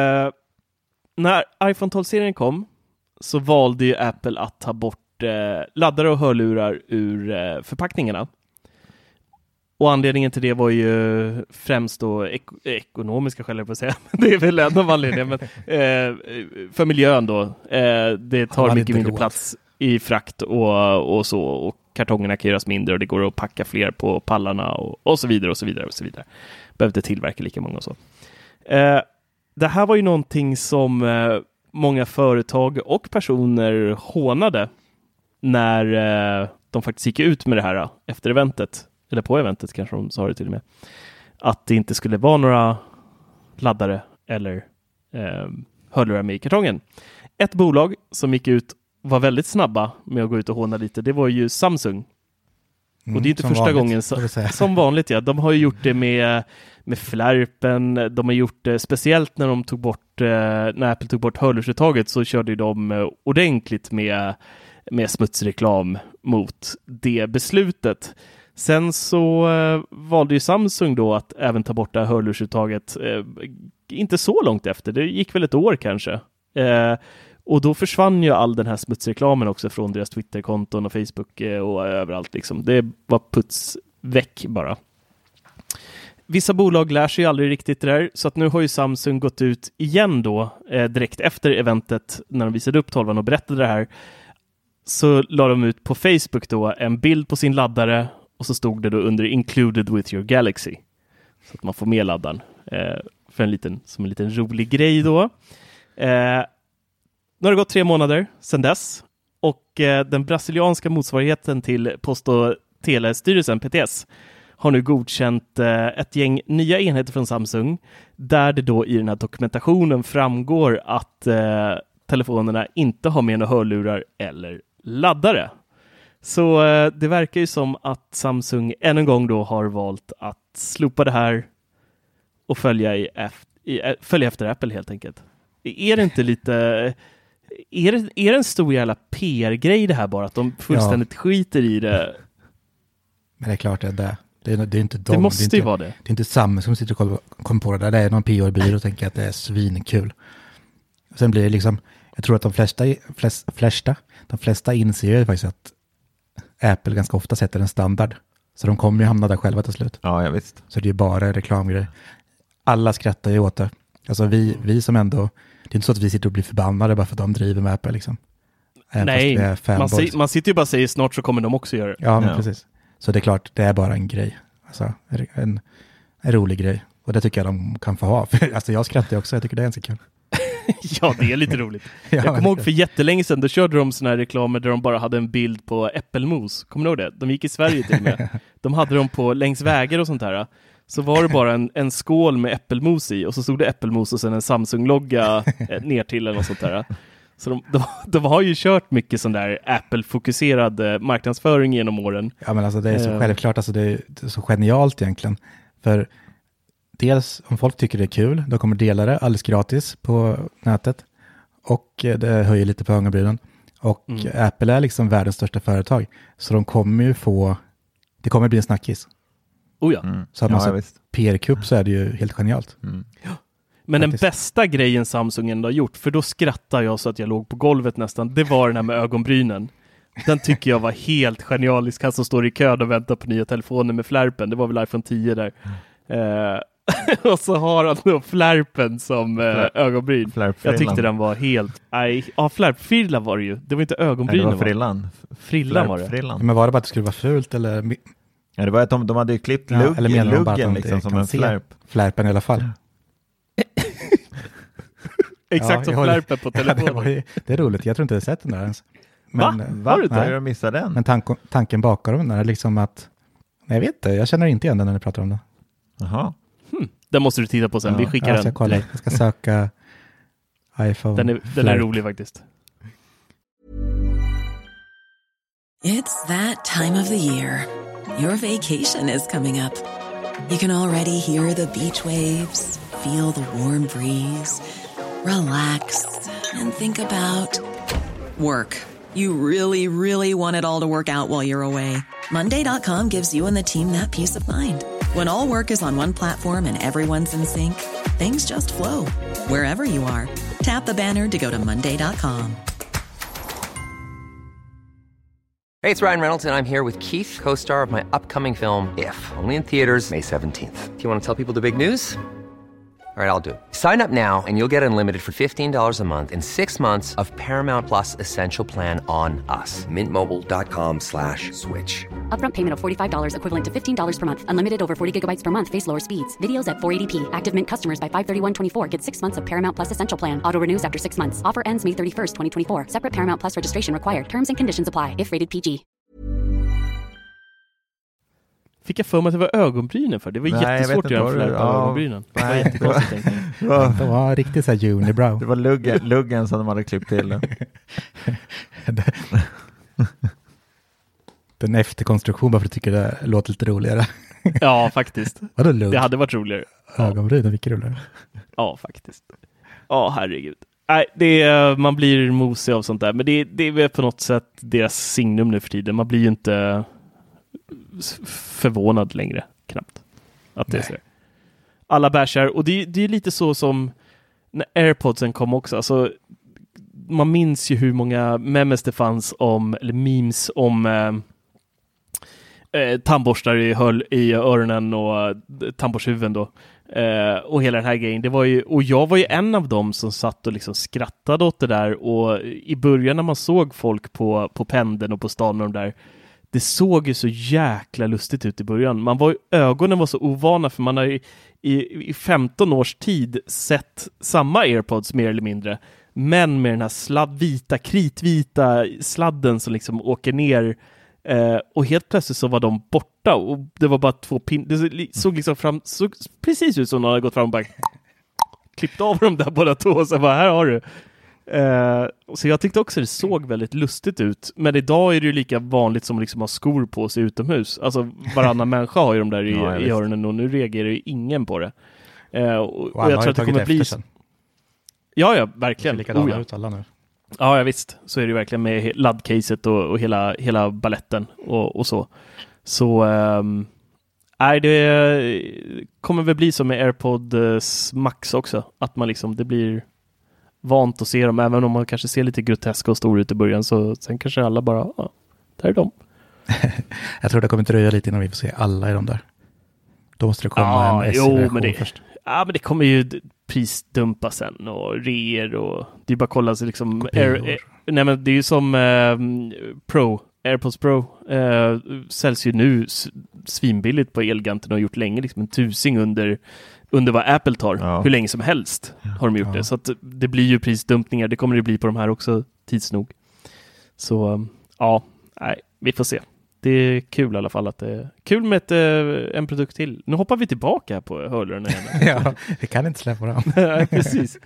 När iPhone 12-serien kom så valde ju Apple att ta bort laddare och hörlurar ur förpackningarna. Och anledningen till det var ju främst då ekonomiska skäl, på att säga. Det är väl en av anledningarna, men för miljön då. Det tar mycket mindre plats i frakt och så, och kartongerna kan göras mindre och det går att packa fler på pallarna och så vidare och så vidare och så vidare. Behöver inte tillverka lika många och så. Det här var ju någonting som många företag och personer hånade när de faktiskt gick ut med det här efter eventet. Eller på eventet kanske de sa det till och med. Att det inte skulle vara några laddare eller hörlurar med i kartongen. Ett bolag som gick ut var väldigt snabba med att gå ut och håna lite, det var ju Samsung. Och det är inte första gången som vanligt, ja. De har ju gjort det med flärpen, de har gjort det speciellt när de tog bort när Apple tog bort hörlursuttaget, så körde de ordentligt med smutsreklam mot det beslutet. Sen så valde ju Samsung då att även ta bort det här hörlursuttaget inte så långt efter, det gick väl ett år kanske. Och då försvann ju all den här smutsreklamen också från deras Twitter-konton och Facebook och överallt liksom. Det var puts väck bara. Vissa bolag lär sig aldrig riktigt det där, så att nu har ju Samsung gått ut igen då direkt efter eventet när de visade upp 12 och berättade det här. Så la de ut på Facebook då en bild på sin laddare och så stod det då under included with your Galaxy. Så att man får med laddaren som en liten rolig grej då. Nu har det gått 3 månader sedan dess och den brasilianska motsvarigheten till Post- och telestyrelsen, PTS, har nu godkänt ett gäng nya enheter från Samsung där det då i den här dokumentationen framgår att telefonerna inte har med några hörlurar eller laddare. Så det verkar ju som att Samsung än en gång då har valt att slopa det här och följa efter Apple helt enkelt. Är det inte lite... Är det en stor jävla PR-grej det här bara? Att de fullständigt skiter i det? Men det är klart det är det. Det är inte de. Det måste ju vara det. Det är inte Samsung som sitter och kommer på det där. Det är någon PR-byrå och tänker att det är svinkul. Sen blir det liksom... Jag tror att de flesta inser ju faktiskt att Apple ganska ofta sätter en standard. Så de kommer ju hamna där själva till slut. Ja, visst. Så det är ju bara reklamgrejer. Alla skrattar ju åt det. Alltså vi som ändå... Det är inte så att vi sitter och blir förbannade bara för att de driver med Apple liksom. Nej, man sitter ju bara och säger snart så kommer de också göra det. Ja, men precis. Så det är klart, det är bara en grej. Alltså en rolig grej. Och det tycker jag de kan få ha. Alltså jag skrattar också, jag tycker det är ganska kul. Ja, det är lite roligt. Ja, jag kommer ihåg för jättelänge sedan, då körde de såna här reklamer där de bara hade en bild på äppelmos. Kommer du ihåg det? De gick i Sverige till och med. De hade dem på längs vägar och sånt här. Så var det bara en skål med äppelmos i, och så stod det äppelmos och sen en Samsung-logga ner till eller något sånt där. Så de har ju kört mycket sån där Apple-fokuserad marknadsföring genom åren. Ja, men alltså det är så självklart, alltså det är så genialt egentligen. För dels om folk tycker det är kul, då kommer dela det alldeles gratis på nätet. Och det höjer lite på ögonbrynen. Och Apple är liksom världens största företag. Så de kommer ju det kommer bli en snackis. Oh ja. Så att man så PR-kupp så är det ju helt genialt. Ja. Men faktiskt. Den bästa grejen Samsung ändå har gjort, för då skrattar jag så att jag låg på golvet nästan, det var den här med ögonbrynen. Den tycker jag var helt genialisk. Han som står i kö och väntar på nya telefoner med flärpen. Det var väl iPhone 10 där. Och så har han då flärpen som ögonbryn. Jag tyckte den var helt... flärpfrilla var det ju. Det var inte ögonbrynen. Det var frillan. Frillan var det. Men var det bara att det skulle vara fult eller... Ja, det var att de hade ju klippt luggen liksom, som en flärp. Flärpen i alla fall. Exakt som flärpen på telefonen. Det är roligt, jag tror inte jag har sett den där ens. Men, Va? Har du inte? Jag missade den. Men tanken bakom den är liksom att... Nej, jag vet inte, jag känner inte igen den när ni pratar om det. Jaha. Den måste du titta på sen, vi skickar den. Jag ska söka iPhone. Den är rolig faktiskt. It's that time of the year. Your vacation is coming up. You can already hear the beach waves, feel the warm breeze, relax and think about work. You really, really want it all to work out while you're away. Monday.com gives you and the team that peace of mind. When all work is on one platform and everyone's in sync, things just flow. Wherever you are, tap the banner to go to Monday.com. Hey, it's Ryan Reynolds, and I'm here with Keith, co-star of my upcoming film, If, only in theaters May 17th. Do you want to tell people the big news? All right, I'll do it. Sign up now and you'll get unlimited for $15 a month and 6 months of Paramount Plus Essential Plan on us. MintMobile.com/switch. Upfront payment of $45 equivalent to $15 per month. Unlimited over 40 gigabytes per month. Face lower speeds. Videos at 480p. Active Mint customers by 531.24 get 6 months of Paramount Plus Essential Plan. Auto renews after 6 months. Offer ends May 31st, 2024. Separate Paramount Plus registration required. Terms and conditions apply if rated PG. Fick jag för mig att det var ögonbrynen för? Det var jättesvårt att göra en flärp av ögonbrynen. Det var jättekonstigt. Det var riktigt så här unibrow. Det var luggen som de hade klippt till den. Den efterkonstruktion bara för att jag tycker det låter lite roligare. Ja, faktiskt. Vadå lugg? Det hade varit roligare. Ögonbrynen, vilket roligare. Ja, faktiskt. Ja, herregud. Nej, man blir mosig av sånt där. Men det är på något sätt deras signum nu för tiden. Man blir ju inte förvånad längre, knappt. Att det är så. Alla bärsar. Och det är lite så som när AirPodsen kom också. Alltså, man minns ju hur många memes det fanns eller memes om tandborstar i öronen och tandborstshuvuden då. Och hela den här grejen. Det var ju, och jag var ju en av dem som satt och liksom skrattade åt det där. Och i början när man såg folk på pendeln och på stan med de där, det såg ju så jäkla lustigt ut i början. Ögonen var så ovana för man har i 15 års tid sett samma AirPods mer eller mindre. Men med den här kritvita sladden som liksom åker ner. Och helt plötsligt så var de borta. Och det var bara 2 pinnar. Det såg liksom såg precis ut som någon hade gått fram och bara klippt av dem där båda två. Och så bara, här har du. Så jag tyckte också det såg väldigt lustigt ut. Men idag är det ju lika vanligt som liksom ha skor på sig utomhus. Alltså varannan människa har ju de där i öronen. Och nu reagerar ju ingen på det. Och jag tror att det kommer bli... Ja, verkligen. Likadana ut alla nu. Ja, visst. Så är det verkligen med laddcaset och hela balletten och så. Så det kommer väl bli som med AirPods Max också. Att man liksom, det blir vant att se dem. Även om man kanske ser lite groteska och stora ut i början. Så sen kanske alla bara, där är de. Jag tror det kommer dröja lite innan vi får se alla i de där. Då måste det komma en S-version först. Ja, men det kommer ju prisdumpa sen och reor och det är bara att kolla sig liksom nej, men det är ju som Pro AirPods Pro säljs ju nu svinbilligt på Elgiganten och har gjort länge, liksom en tusing under vad Apple tar. Hur länge som helst har de gjort det. Så att det blir ju prisdumpningar. Det kommer det bli på de här också tids nog. Så vi får se. Det är kul i alla fall att det är kul med en produkt till. Nu hoppar vi tillbaka på hörlurarna igen. Ja, vi kan inte släppa dem. Precis.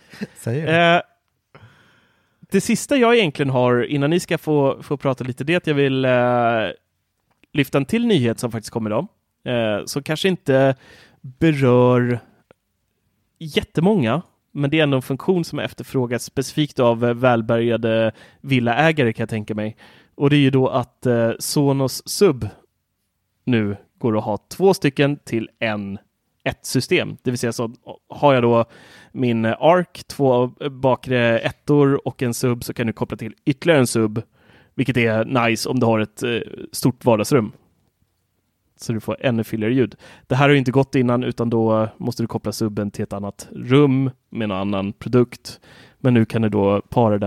Det sista jag egentligen har innan ni ska få prata lite, det är att jag vill lyfta en till nyhet som faktiskt kommer idag. Som kanske inte berör jättemånga, men det är ändå en funktion som är efterfrågad specifikt av välbärgade villaägare, kan jag tänka mig. Och det är ju då att Sonos Sub nu går att ha 2 stycken till ett system. Det vill säga så har jag då min Arc, 2 bakre ettor och en sub, så kan du koppla till ytterligare en sub, vilket är nice om du har ett stort vardagsrum. Så du får ännu fylligare ljud. Det här har ju inte gått innan, utan då måste du koppla subben till ett annat rum med en annan produkt. Men nu kan du då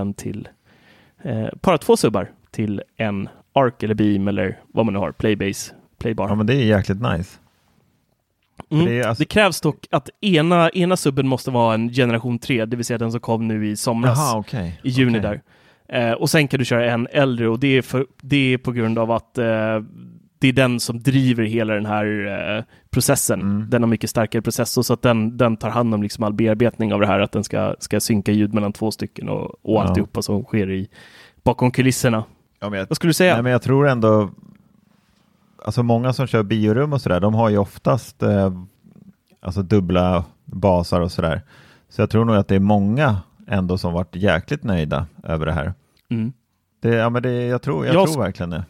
para 2 subbar till en Arc eller Beam eller vad man nu har, Playbase, Playbar. Ja, men det är jäkligt nice. Det krävs dock att ena subben måste vara en generation 3, det vill säga den som kom nu i somras. I juni där. Och sen kan du köra en äldre, och det är på grund av att det är den som driver hela den här processen. Den har mycket starkare processor, så att den tar hand om liksom all bearbetning av det här, att den ska synka ljud mellan 2 stycken och alltihopa som sker bakom kulisserna. Ja, vad skulle du säga? Nej, men jag tror ändå, alltså många som kör biorum och sådär, de har ju oftast alltså dubbla basar och sådär. Så jag tror nog att det är många ändå som varit jäkligt nöjda över det här. Jag tror verkligen det.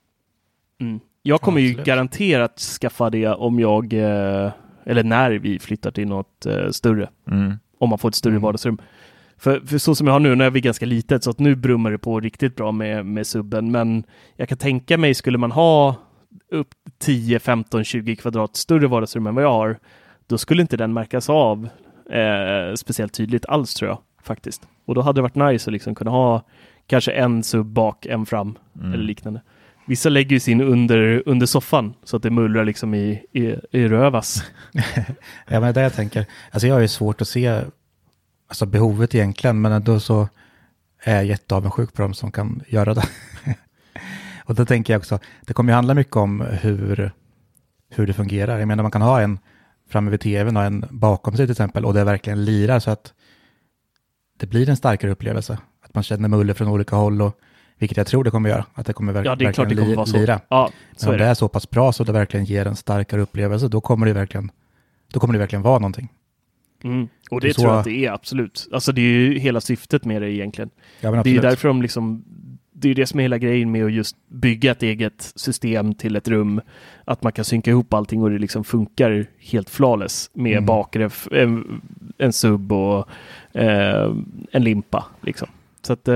Jag kommer ju garanterat skaffa det om eller när vi flyttar till något större. Om man får ett större vardagsrum. För så som jag har nu, när vi är ganska litet, så att nu brummar det på riktigt bra med subben. Men jag kan tänka mig, skulle man ha upp 10, 15, 20 kvadrat större vardagsrum än vad jag har, då skulle inte den märkas av speciellt tydligt alls, tror jag faktiskt. Och då hade det varit nice att liksom kunna ha kanske en sub bak, en fram eller liknande. Vissa lägger ju sin under soffan så att det mullrar liksom i rövas. Ja, men det jag tänker. Alltså jag har ju svårt att se alltså behovet egentligen, men ändå så är jag jätteavundsjuk på dem som kan göra det. Och då tänker jag också, det kommer ju handla mycket om hur det fungerar. Jag menar, man kan ha en framme vid tvn och en bakom sig till exempel, och det verkligen lirar så att det blir en starkare upplevelse. Att man känner muller från olika håll, och vilket jag tror det kommer göra. Att det kommer verkligen lira. Ja, så om det är så pass bra så det verkligen ger en starkare upplevelse, då kommer det verkligen vara någonting. Och det tror jag att det är, absolut. Alltså det är ju hela syftet med det egentligen. Ja, men det är ju därför det är det som är hela grejen med att just bygga ett eget system till ett rum. Att man kan synka ihop allting och det liksom funkar helt flawless med bakre, en sub och en limpa liksom. Så att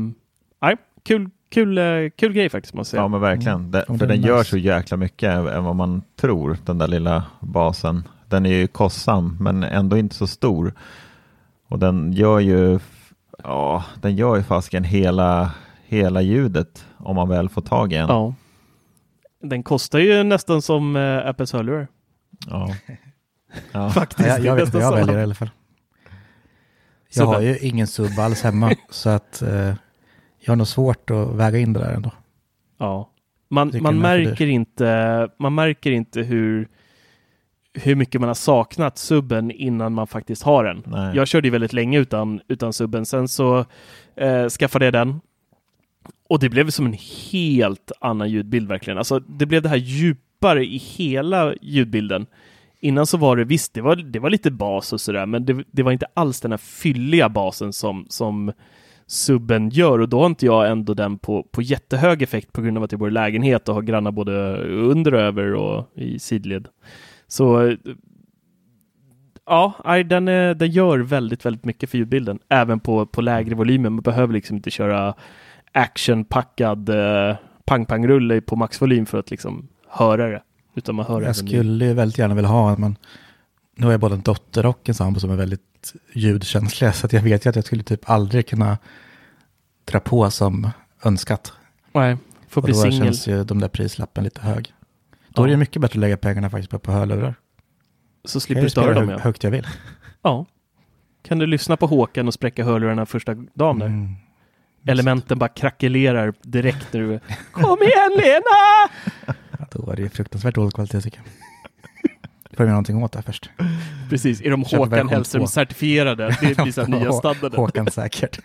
kul grej faktiskt, måste jag säga. Ja, men verkligen. För den gör så jäkla mycket än vad man tror, den där lilla basen. Den är ju kostsam, men ändå inte så stor. Och den gör ju fasken hela ljudet om man väl får tag i en. Ja. Den kostar ju nästan som Apples hörlurar. Ja. Faktiskt. Jag vet vad jag väljer i alla fall. Jag har ju ingen sub alls hemma, så att jag har nog svårt att väga in det där ändå. Ja. Man märker inte hur mycket man har saknat subben innan man faktiskt har den. Nej. Jag körde ju väldigt länge utan subben. Sen så skaffade jag den. Och det blev som en helt annan ljudbild verkligen. Alltså det blev det här djupare i hela ljudbilden. Innan så var det, visst, det var lite bas och sådär, men det var inte alls den här fylliga basen som subben gör, och då har inte jag ändå den på jättehög effekt på grund av att jag bor i lägenhet och har grannar både under och över och i sidled. Så ja, den gör väldigt, väldigt mycket för ljudbilden, även på lägre volymer. Man behöver liksom inte köra actionpackad pang-pang-rulle på maxvolym för att liksom höra det. Utan man hör jag skulle ju väldigt gärna vilja ha, men nu har jag både en dotter och en sambo som är väldigt ljudkänsliga, så att jag vet ju att jag skulle typ aldrig kunna dra på som önskat. Nej, Får och bli då singel. känns ju de där prislappen lite hög. Då är det mycket bättre att lägga pengarna faktiskt på hörlurar. Så slipper du störa dem. Högt jag vill. Ja. Kan du lyssna på Håkan och spräcka hörlurarna första dagen där? Elementen bara krackelerar direkt när du kom igen Lena! Ja, då är det ju fruktansvärt dålig kvalitet tycker jag. Får jag någonting åt det först. Precis, är de Håkan Hellström-certifierade? Det blir så nya standarden. Håkan säkert.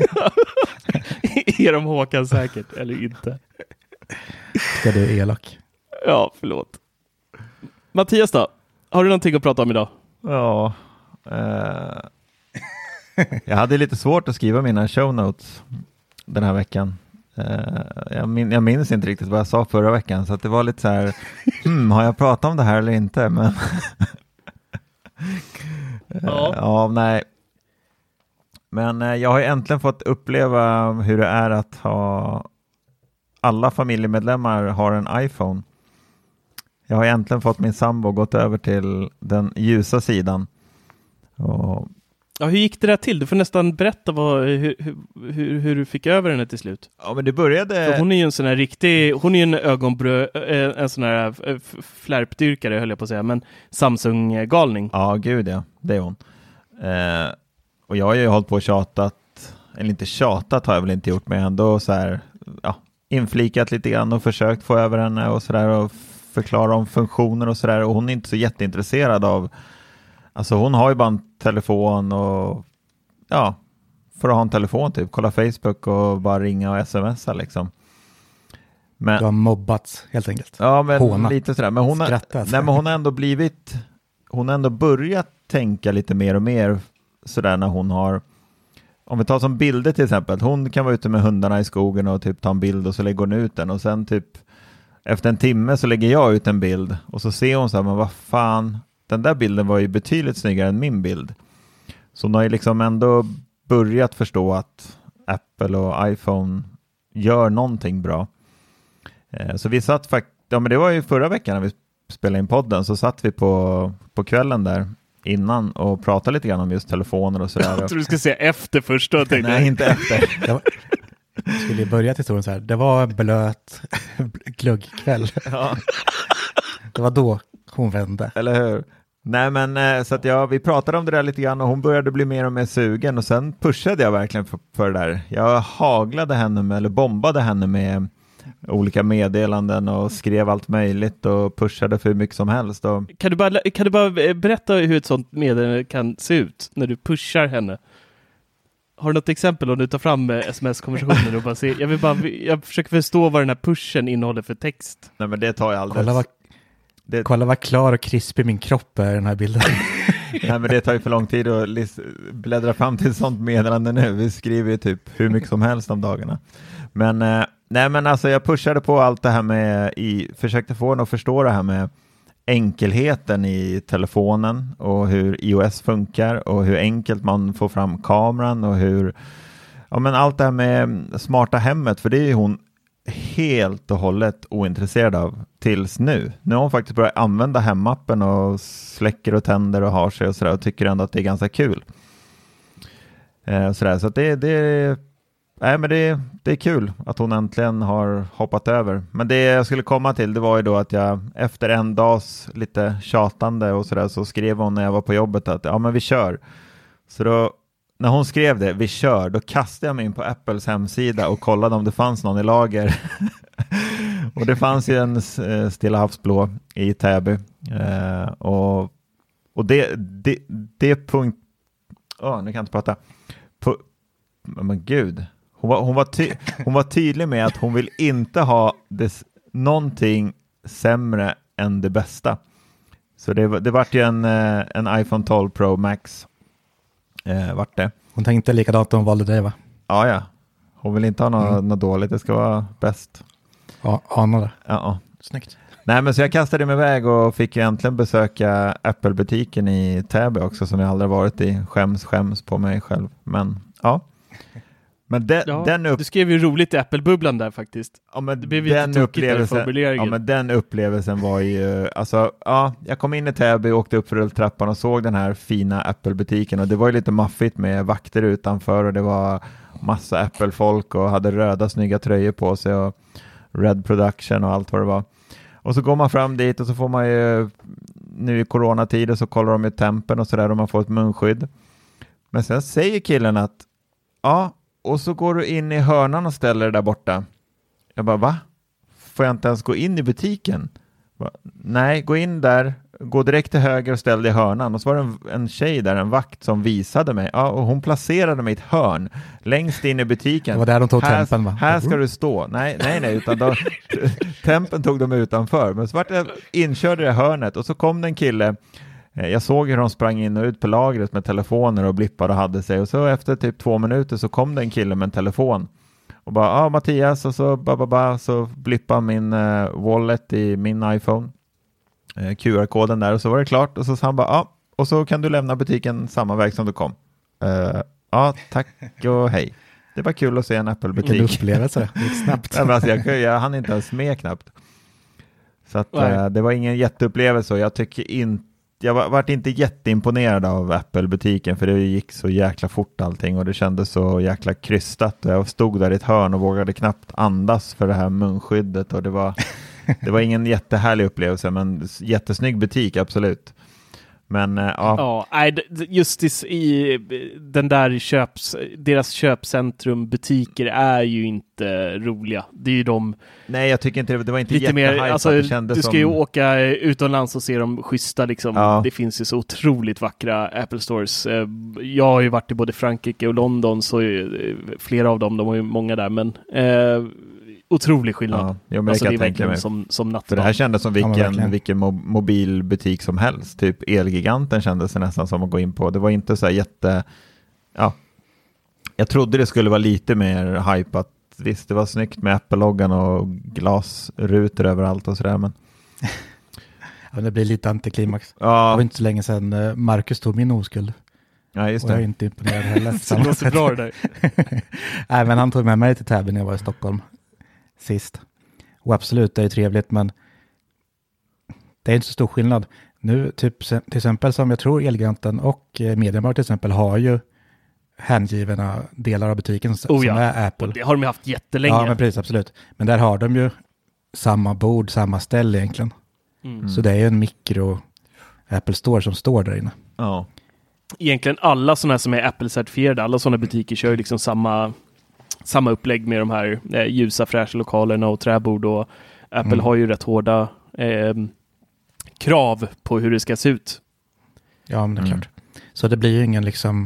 Är de Håkan säkert eller inte? Ska du elak? Ja, förlåt. Mattias då? Har du någonting att prata om idag? Ja. Jag hade lite svårt att skriva mina show notes den här veckan. Jag minns inte riktigt vad jag sa förra veckan, så att det var lite så här, har jag pratat om det här eller inte? Men ja, nej. Men jag har äntligen fått uppleva hur det är att ha alla familjemedlemmar har en iPhone. Jag har äntligen fått min sambo gått över till den ljusa sidan. Och ja, hur gick det där till? Du får nästan berätta hur du fick över henne till slut. Ja, men det började... För hon är ju en sån här riktig... Hon är ju en sån här flärpdyrkare, höll jag på att säga. Men Samsung-galning. Ja, gud ja. Det är hon. Och jag har ju hållit på och tjatat. Eller inte tjatat har jag väl inte gjort, men ändå så här... Ja, inflikat lite grann och försökt få över henne och sådär. Och förklara om funktioner och sådär. Och hon är inte så jätteintresserad av... Alltså hon har ju bara en telefon och ja, för att ha en telefon typ, kolla Facebook och bara ringa och smsa liksom. Men, du har mobbats helt enkelt. Ja, men hånat. Lite sådär. Men hon har ändå börjat tänka lite mer och mer sådär när hon har, om vi tar som bilder till exempel, hon kan vara ute med hundarna i skogen och typ ta en bild och så lägger hon ut den och sen typ efter en timme så lägger jag ut en bild och så ser hon så här, men vad fan, den där bilden var ju betydligt snyggare än min bild. Så hon har ju liksom ändå börjat förstå att Apple och iPhone gör någonting bra. Så vi satt faktiskt, ja men det var ju förra veckan när vi spelade in podden, så satt vi på kvällen där innan och pratade lite grann om just telefoner och sådär. Jag tror du ska säga efter först. Nej, inte efter. Skulle börja till historien så här, det var blöt glöggkväll. Ja. Det var då hon vände. Eller hur? Nej men så att vi pratade om det där lite grann och hon började bli mer och mer sugen och sen pushade jag verkligen för det där. Jag haglade henne med, eller bombade henne med olika meddelanden och skrev allt möjligt och pushade för hur mycket som helst. Och... Kan du bara berätta hur ett sånt meddelande kan se ut när du pushar henne? Har du något exempel om du tar fram sms-konversationen och bara ser, jag försöker förstå vad den här pushen innehåller för text. Nej men det tar jag aldrig. Kolla vad klar och krispig min kropp är i den här bilden. Nej men det tar ju för lång tid att bläddra fram till ett sånt meddelande nu. Vi skriver ju typ hur mycket som helst om dagarna. Men nej men alltså jag pushade på allt det här med, försökte få henne att förstå det här med enkelheten i telefonen och hur iOS funkar och hur enkelt man får fram kameran och hur, ja men allt det här med smarta hemmet, för det är ju hon helt och hållet ointresserad av tills nu. Nu har hon faktiskt börjat använda hemappen och släcker och tänder och har sig och sådär och tycker ändå att det är ganska kul. Sådär, så att det är kul att hon äntligen har hoppat över. Men det jag skulle komma till, det var ju då att jag efter en dags lite tjatande och sådär så skrev hon när jag var på jobbet att ja men vi kör. Så då när hon skrev det, vi kör, då kastade jag mig in på Apples hemsida och kollade om det fanns någon i lager. Och det fanns ju en Stilla havsblå i Täby. Och det punkt... nu kan jag inte prata. Men gud. Hon var tydlig med att hon vill inte ha någonting sämre än det bästa. Så det vart ju en iPhone 12 Pro Max. Vart det. Hon tänkte likadant, hon valde dig va? Ja. Hon vill inte ha något dåligt, det ska vara bäst. Ja, anade. Ja. Snyggt. Nej men så jag kastade mig iväg och fick ju äntligen besöka Apple-butiken i Täby också som jag aldrig varit i. Skäms på mig själv. Men ja. Men du skrev ju roligt i Apple-bubblan där faktiskt. Ja, men det blev den upplevelsen, men den upplevelsen var ju, alltså, ja, jag kom in i Täby och åkte upp för rulltrappan och såg den här fina Apple-butiken och det var ju lite maffigt med vakter utanför och det var massa Apple-folk och hade röda snygga tröjor på sig och Red Production och allt vad det var. Och så går man fram dit och så får man ju, nu i coronatider så kollar de ju tempen och sådär och man får ett munskydd. Men sen säger killen att ja, och så går du in i hörnan och ställer dig där borta. Jag bara, va? Får jag inte ens gå in i butiken? Nej, gå in där, gå direkt till höger och ställ dig i hörnan. Och så var det en tjej där, en vakt som visade mig. Ja, och hon placerade mig i ett hörn längst in i butiken. Det var där de tog tempen, va? Här ska du stå. Nej, utan då, tempen tog de utanför. Men så vart jag inkörd i det hörnet och så kom det en kille. Jag såg hur de sprang in och ut på lagret med telefoner och blippar och hade sig. Och så efter typ 2 minuter så kom det en kille med en telefon. Och bara, Mattias, och så så blippade min wallet i min iPhone. QR-koden där och så var det klart. Och så sa han bara, och så kan du lämna butiken samma väg som du kom. Tack och hej. Det var kul att se en Apple-butik. Vilken upplevelse, det gick snabbt. Alltså, jag hann inte ens med knappt. Så att, det var ingen jätteupplevelse och jag tycker inte, jag var inte jätteimponerad av Apple-butiken för det gick så jäkla fort allting och det kändes så jäkla krystat. Jag stod där i ett hörn och vågade knappt andas för det här munskyddet och det var ingen jättehärlig upplevelse men jättesnygg butik, absolut. Men just i den där deras köpcentrum butiker är ju inte roliga. Det är ju de. Nej, jag tycker inte det var inte lite mer, alltså, det kändes du ska ju åka utomlands och se dem schyssta liksom. Ja. Det finns ju så otroligt vackra Apple Stores. Jag har ju varit i både Frankrike och London så flera av dem, de har ju många där men otrolig skillnad. Ja, alltså, det är verkligen som natt. För det här kändes som vilken mobilbutik som helst. Typ Elgiganten kändes det nästan som att gå in på. Det var inte så här jag trodde det skulle vara lite mer hypat. Visst, det var snyggt med Apple-loggan och glasrutor överallt och sådär. Men ja, det blir lite antiklimax. Ja. Det var inte så länge sedan Marcus tog min oskuld. Ja, just det. Och jag är inte imponerad heller. Så det låter bra det där. Nej, men han tog med mig till Täby när jag var i Stockholm sist. Och absolut, det är trevligt, men det är inte så stor skillnad. Nu, typ, till exempel som jag tror Elgiganten och Mediamarkt till exempel har ju hängivna delar av butiken som är Apple. Och det har de haft jättelänge. Ja, men precis, absolut. Men där har de ju samma bord, samma ställe egentligen. Så det är ju en mikro Apple Store som står där inne. Ja. Egentligen alla sådana som är Apple-certifierade, alla sådana butiker kör liksom samma upplägg med de här ljusa fräscha lokalerna och träbord och Apple har ju rätt hårda krav på hur det ska se ut. Ja, men det är klart. Så det blir ju ingen liksom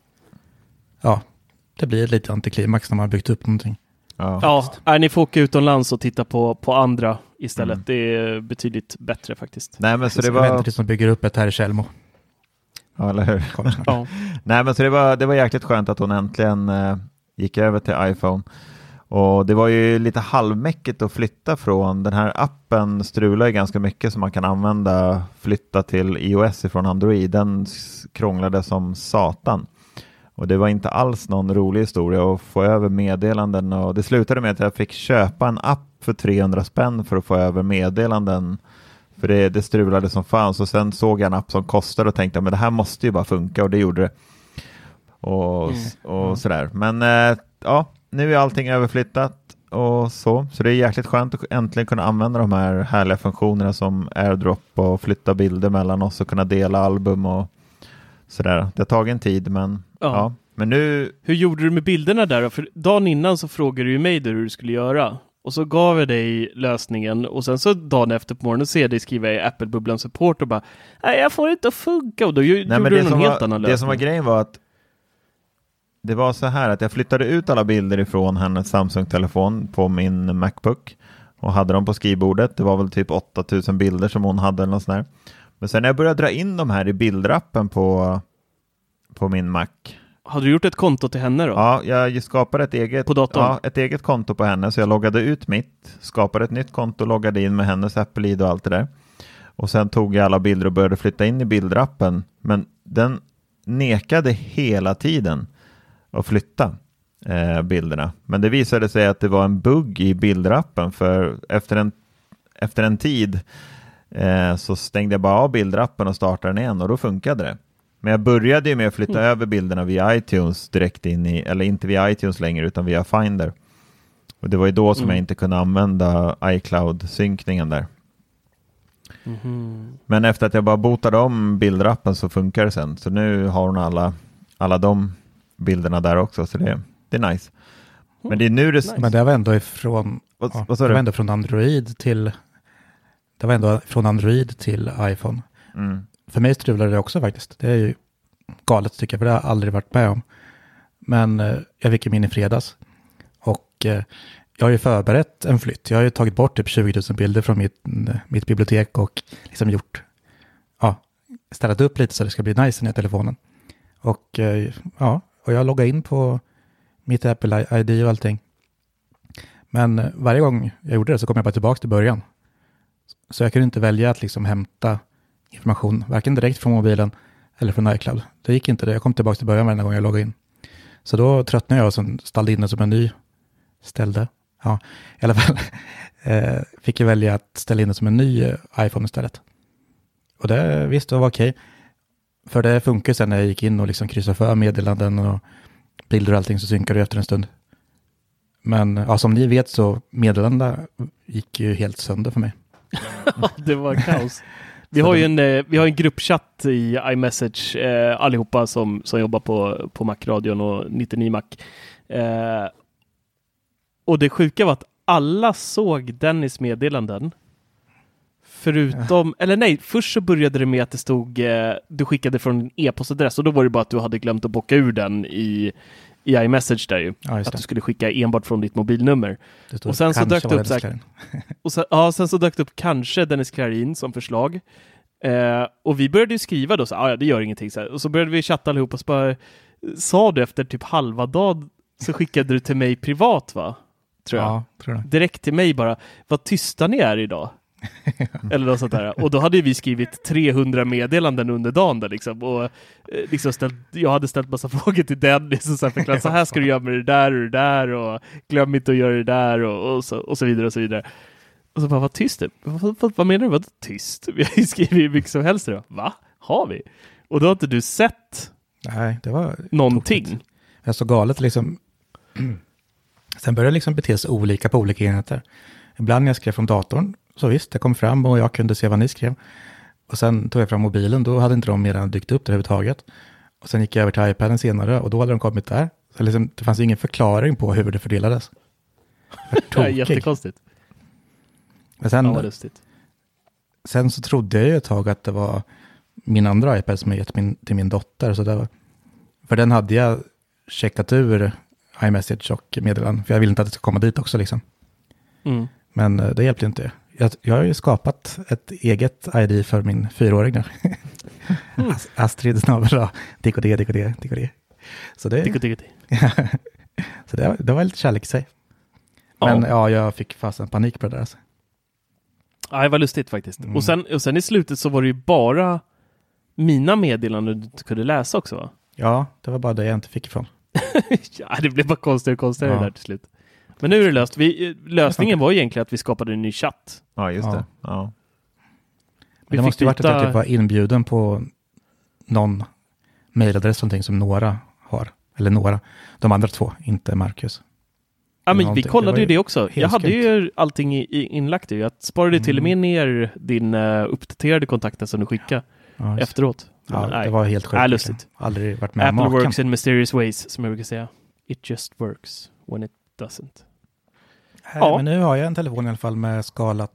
det blir lite antiklimax när man har byggt upp någonting. Ni får åka utomlands och titta på andra istället. Det är betydligt bättre faktiskt. Nej, men så det var... vänta tills de bygger upp ett här i Kjellmo. Ja, eller hur? Nej, men så det var jäkligt skönt att hon äntligen gick över till iPhone. Och det var ju lite halvmäckigt att flytta från den här appen strular ju ganska mycket som man kan använda flytta till iOS ifrån Android. Den krånglade som satan. Och det var inte alls någon rolig historia att få över meddelanden. Och det slutade med att jag fick köpa en app för 300 spänn för att få över meddelanden. För det strulade som fan. Så sen såg jag en app som kostade och tänkte men det här måste ju bara funka. Och det gjorde det. Och sådär. Men nu är allting överflyttat och så. Så det är jäkligt skönt att äntligen kunna använda de här härliga funktionerna som AirDrop och flytta bilder mellan oss och kunna dela album och sådär. Det har tagit en tid men men nu... Hur gjorde du med bilderna där då? För dagen innan så frågade du ju mig hur du skulle göra. Och så gav jag dig lösningen och sen så dagen efter på morgonen ser jag dig skriva i Apple-bubblan support och bara nej, jag får inte att funka och då gjorde du en helt annan lösning. Det som var grejen var att det var så här att jag flyttade ut alla bilder ifrån hennes Samsung-telefon på min MacBook och hade dem på skrivbordet. Det var väl typ 8000 bilder som hon hade eller något sånt där. Men sen när jag började dra in de här i bildrappen på min Mac. Har du gjort ett konto till henne då? Ja, jag skapade ett eget, på datorn? Ja, ett eget konto på henne. Så jag loggade ut mitt, skapade ett nytt konto och loggade in med hennes Apple-ID och allt det där. Och sen tog jag alla bilder och började flytta in i bildrappen. Men den nekade hela tiden att flytta bilderna. Men det visade sig att det var en bugg i bildrappen. För efter en tid så stängde jag bara av bildrappen och startade den igen och då funkade det. Men jag började ju med att flytta över bilderna via iTunes direkt in i, eller inte via iTunes längre utan via Finder. Och det var ju då som jag inte kunde använda iCloud-synkningen där. Men efter att jag bara botade om bilderappen så funkar det sen. Så nu har hon alla de bilderna där också. Så det är nice. Men det är nu det... Nice. Men det var ändå ifrån... Vad sa du? Det var ändå från Android till iPhone. För mig strulade det också faktiskt. Det är ju galet tycker jag, för det har jag aldrig varit med om. Men jag fick min i fredags. Och jag har ju förberett en flytt. Jag har ju tagit bort typ 20 000 bilder från mitt bibliotek och liksom ställt upp lite så det ska bli nice i den här telefonen. Och och jag loggar in på mitt Apple ID och allting. Men varje gång jag gjorde det så kom jag bara tillbaka till början. Så jag kunde inte välja att liksom hämta information, varken direkt från mobilen eller från iCloud. Det gick inte det. Jag kom tillbaka till början varje gång jag loggade in. Så då tröttnade jag och sen ställde in det som en ny ställde. Ja, i alla fall fick jag välja att ställa in det som en ny iPhone istället. Och det visst, det var okej. För det funkar sen när jag gick in och liksom kryssade för meddelanden och bilder och allting, så synkar det efter en stund. Men som ni vet så meddelanden gick ju helt sönder för mig. Det var kaos. Vi har ju en gruppchatt i iMessage allihopa som jobbar på Mac-radion och 99 Mac. Och det sjuka var att alla såg Dennis meddelanden. Förutom, eller nej, först så började det med att det stod, du skickade från en e-postadress och då var det bara att du hade glömt att bocka ur den i iMessage där ju. Ja, att du skulle skicka enbart från ditt mobilnummer. Och sen så dök det upp sen så dök det upp kanske Dennis Klarin som förslag. Och vi började ju skriva då så det gör ingenting så här. Och så började vi chatta allihop och så bara, sa du efter typ halva dag så skickade du till mig privat va? Tror jag. Ja, tror jag. Direkt till mig bara, vad tysta ni är idag. Eller något sånt där. Och då hade vi skrivit 300 meddelanden under dagen där liksom. Och liksom jag hade ställt massa frågor till Dennis och så här ska du göra med det där och det där och glöm inte att göra det där och så vidare och så vidare. Och så bara, vad tyst det? Vad menar du? Vad tyst? Vi har ju skrivit mycket som helst då. Va? Har vi? Och då har inte du sett det var någonting. Tokigt. Det är så galet liksom. Sen började det liksom bete sig olika på olika enheter. Ibland när jag skrev från datorn så visst, det kom fram och jag kunde se vad ni skrev. Och sen tog jag fram mobilen, då hade inte de redan dykt upp det överhuvudtaget. Och sen gick jag över till iPaden senare och då hade de kommit där. Så liksom, det fanns ingen förklaring på hur det fördelades. Det är jättekonstigt. Men sen så trodde jag ju ett tag att det var min andra iPad som jag gett till min dotter. Så det var, för den hade jag checkat ur iMessage och meddelanden. För jag ville inte att det ska komma dit också liksom. Mm. Men det hjälpte inte. Jag har ju skapat ett eget ID för min 4-åring där. Astrid snabel-a DKD. Så det så det var lite kärlek i sig. Men jag fick fast en panik på det där. Alltså. Ja, det var lustigt faktiskt. Och sen i slutet så var det ju bara mina meddelanden du inte kunde läsa också va? Ja, det var bara det jag inte fick ifrån. Ja, det blev bara konstigare där till slut. Men nu är det löst. Lösningen var egentligen att vi skapade en ny chatt. Ja, just det. Ja. Det måste ju varit att jag typ var inbjuden på någon mejladress någonting som några har. Eller några. De andra 2, inte Marcus. Ja, men vi kollade ju det också. Jag hade ju allting inlagt. Jag sparade till och med ner din uppdaterade kontakter som du skickade efteråt. Ja, det var helt sjukt. Lustigt. Aldrig varit med Apple works in mysterious ways, som jag brukar säga. It just works when it doesn't. Men nu har jag en telefon i alla fall med skalat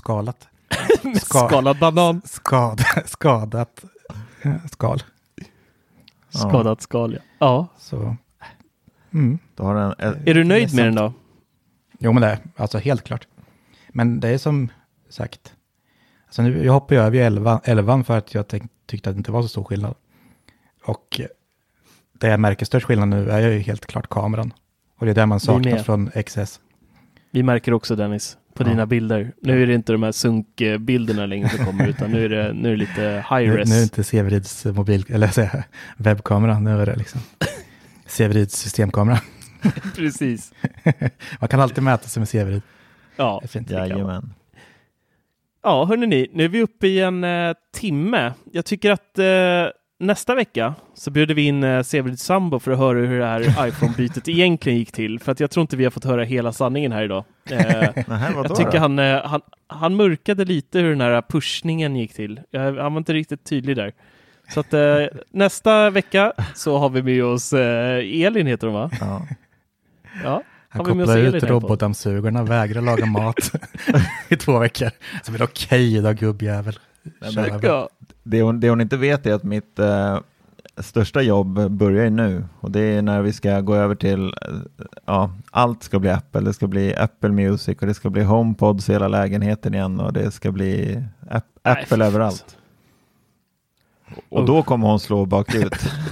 skalad banan. Skadat skal. Skadat skal, ja. Så. Då har är du nöjd med den då? Jo, men det är alltså helt klart. Men det är som sagt. Alltså nu, jag hoppar över 11 för att jag tyckte att det inte var så stor skillnad. Och det jag märker störst skillnad nu är ju helt klart kameran. Och det är det man saknar från XS. Vi märker också, Dennis, på dina bilder. Nu är det inte de här sunkbilderna längre som kommer, utan nu är det lite high-res. Nu är det inte Severids webbkamera, nu är det liksom Severids systemkamera. Precis. Man kan alltid mäta sig med Severid. Ja, jajamän. Ja, hörni, nu är vi uppe i en timme. Jag tycker att nästa vecka så bjuder vi in Severid Sambo för att höra hur det här iPhone-bytet egentligen gick till. För att jag tror inte vi har fått höra hela sanningen här idag. Jag tycker han mörkade lite hur den här pushningen gick till. Han var inte riktigt tydlig där. Så att nästa vecka så har vi med oss Elin, heter hon, va? Ja. Han kopplar ut robotdammsugarna, vägrar laga mat i 2 veckor. Så blir det okej då, gubbjävel. Det hon inte vet är att mitt största jobb börjar nu. Och det är när vi ska gå över till allt ska bli Apple. Det ska bli Apple Music och det ska bli HomePods i hela lägenheten igen. Och det ska bli Apple överallt. Och då kommer hon slå bakut.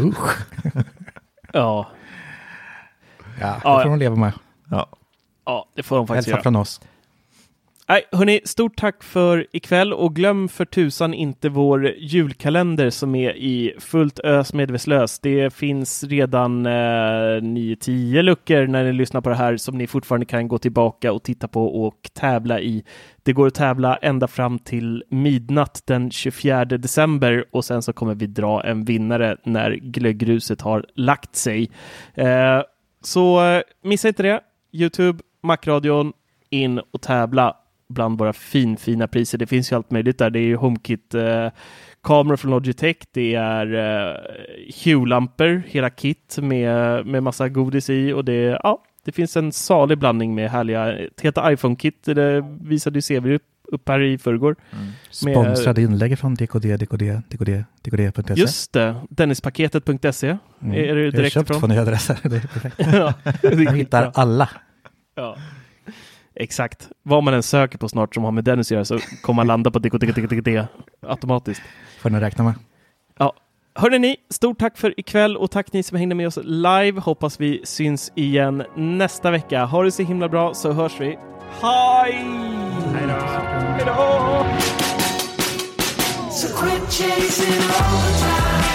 Ja. Ja, det får hon leva med. Ja, det får hon faktiskt göra. Från oss. Nej, hörni, stort tack för ikväll och glöm för tusan inte vår julkalender som är i fullt ös medvetslös. Det finns redan 9-10 luckor när ni lyssnar på det här som ni fortfarande kan gå tillbaka och titta på och tävla i. Det går att tävla ända fram till midnatt den 24 december och sen så kommer vi dra en vinnare när glöggruset har lagt sig. Så missa inte det. YouTube, Macradion, in och tävla bland våra fina priser. Det finns ju allt möjligt där. Det är ju HomeKit kameror från Logitech. Det är Hue-lampor, hela kit med massa godis i. Och det finns en salig blandning med härliga, ett helt iPhone-kit. Det visade ju upp här i förrgår. Sponsrade inlägg från DKD.se. Just det, Dennispaketet.se. Är det direkt jag köpt från adresser. Det är perfekt. Jag hittar alla. Ja. Exakt. Vad man än söker på snart som har med Dennis att göra så kommer man landa på DKD automatiskt. Får ni räkna med. Ja. Hörrni ni, stort tack för ikväll och tack ni som hängde med oss live. Hoppas vi syns igen nästa vecka. Ha det så himla bra så hörs vi. Hej! Hej då! So quit chasing all the time.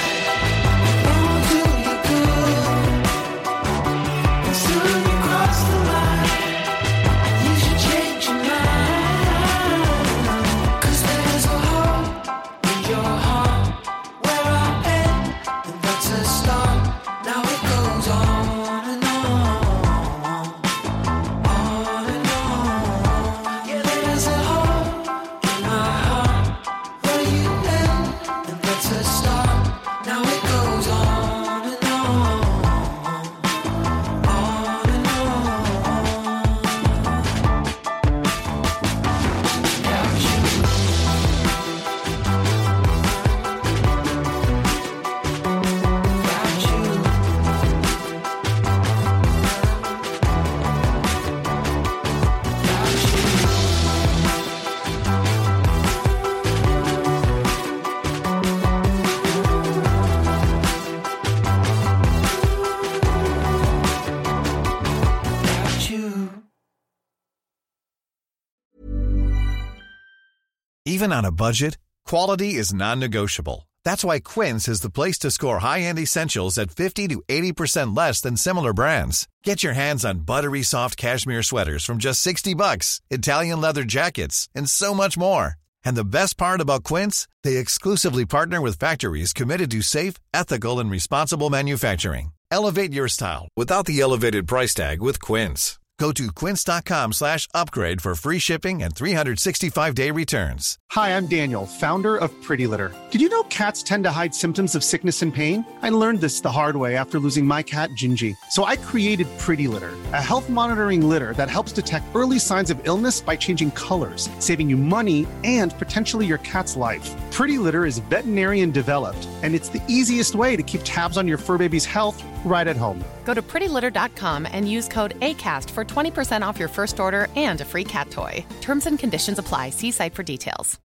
Even on a budget, quality is non-negotiable. That's why Quince is the place to score high-end essentials at 50 to 80% less than similar brands. Get your hands on buttery soft cashmere sweaters from just $60, Italian leather jackets, and so much more. And the best part about Quince, they exclusively partner with factories committed to safe, ethical, and responsible manufacturing. Elevate your style without the elevated price tag with Quince. Go to quince.com/upgrade for free shipping and 365-day returns. Hi, I'm Daniel, founder of Pretty Litter. Did you know cats tend to hide symptoms of sickness and pain? I learned this the hard way after losing my cat, Gingy. So I created Pretty Litter, a health monitoring litter that helps detect early signs of illness by changing colors, saving you money and potentially your cat's life. Pretty Litter is veterinarian developed, and it's the easiest way to keep tabs on your fur baby's health right at home. Go to prettylitter.com and use code ACAST for 20% off your first order and a free cat toy. Terms and conditions apply. See site for details.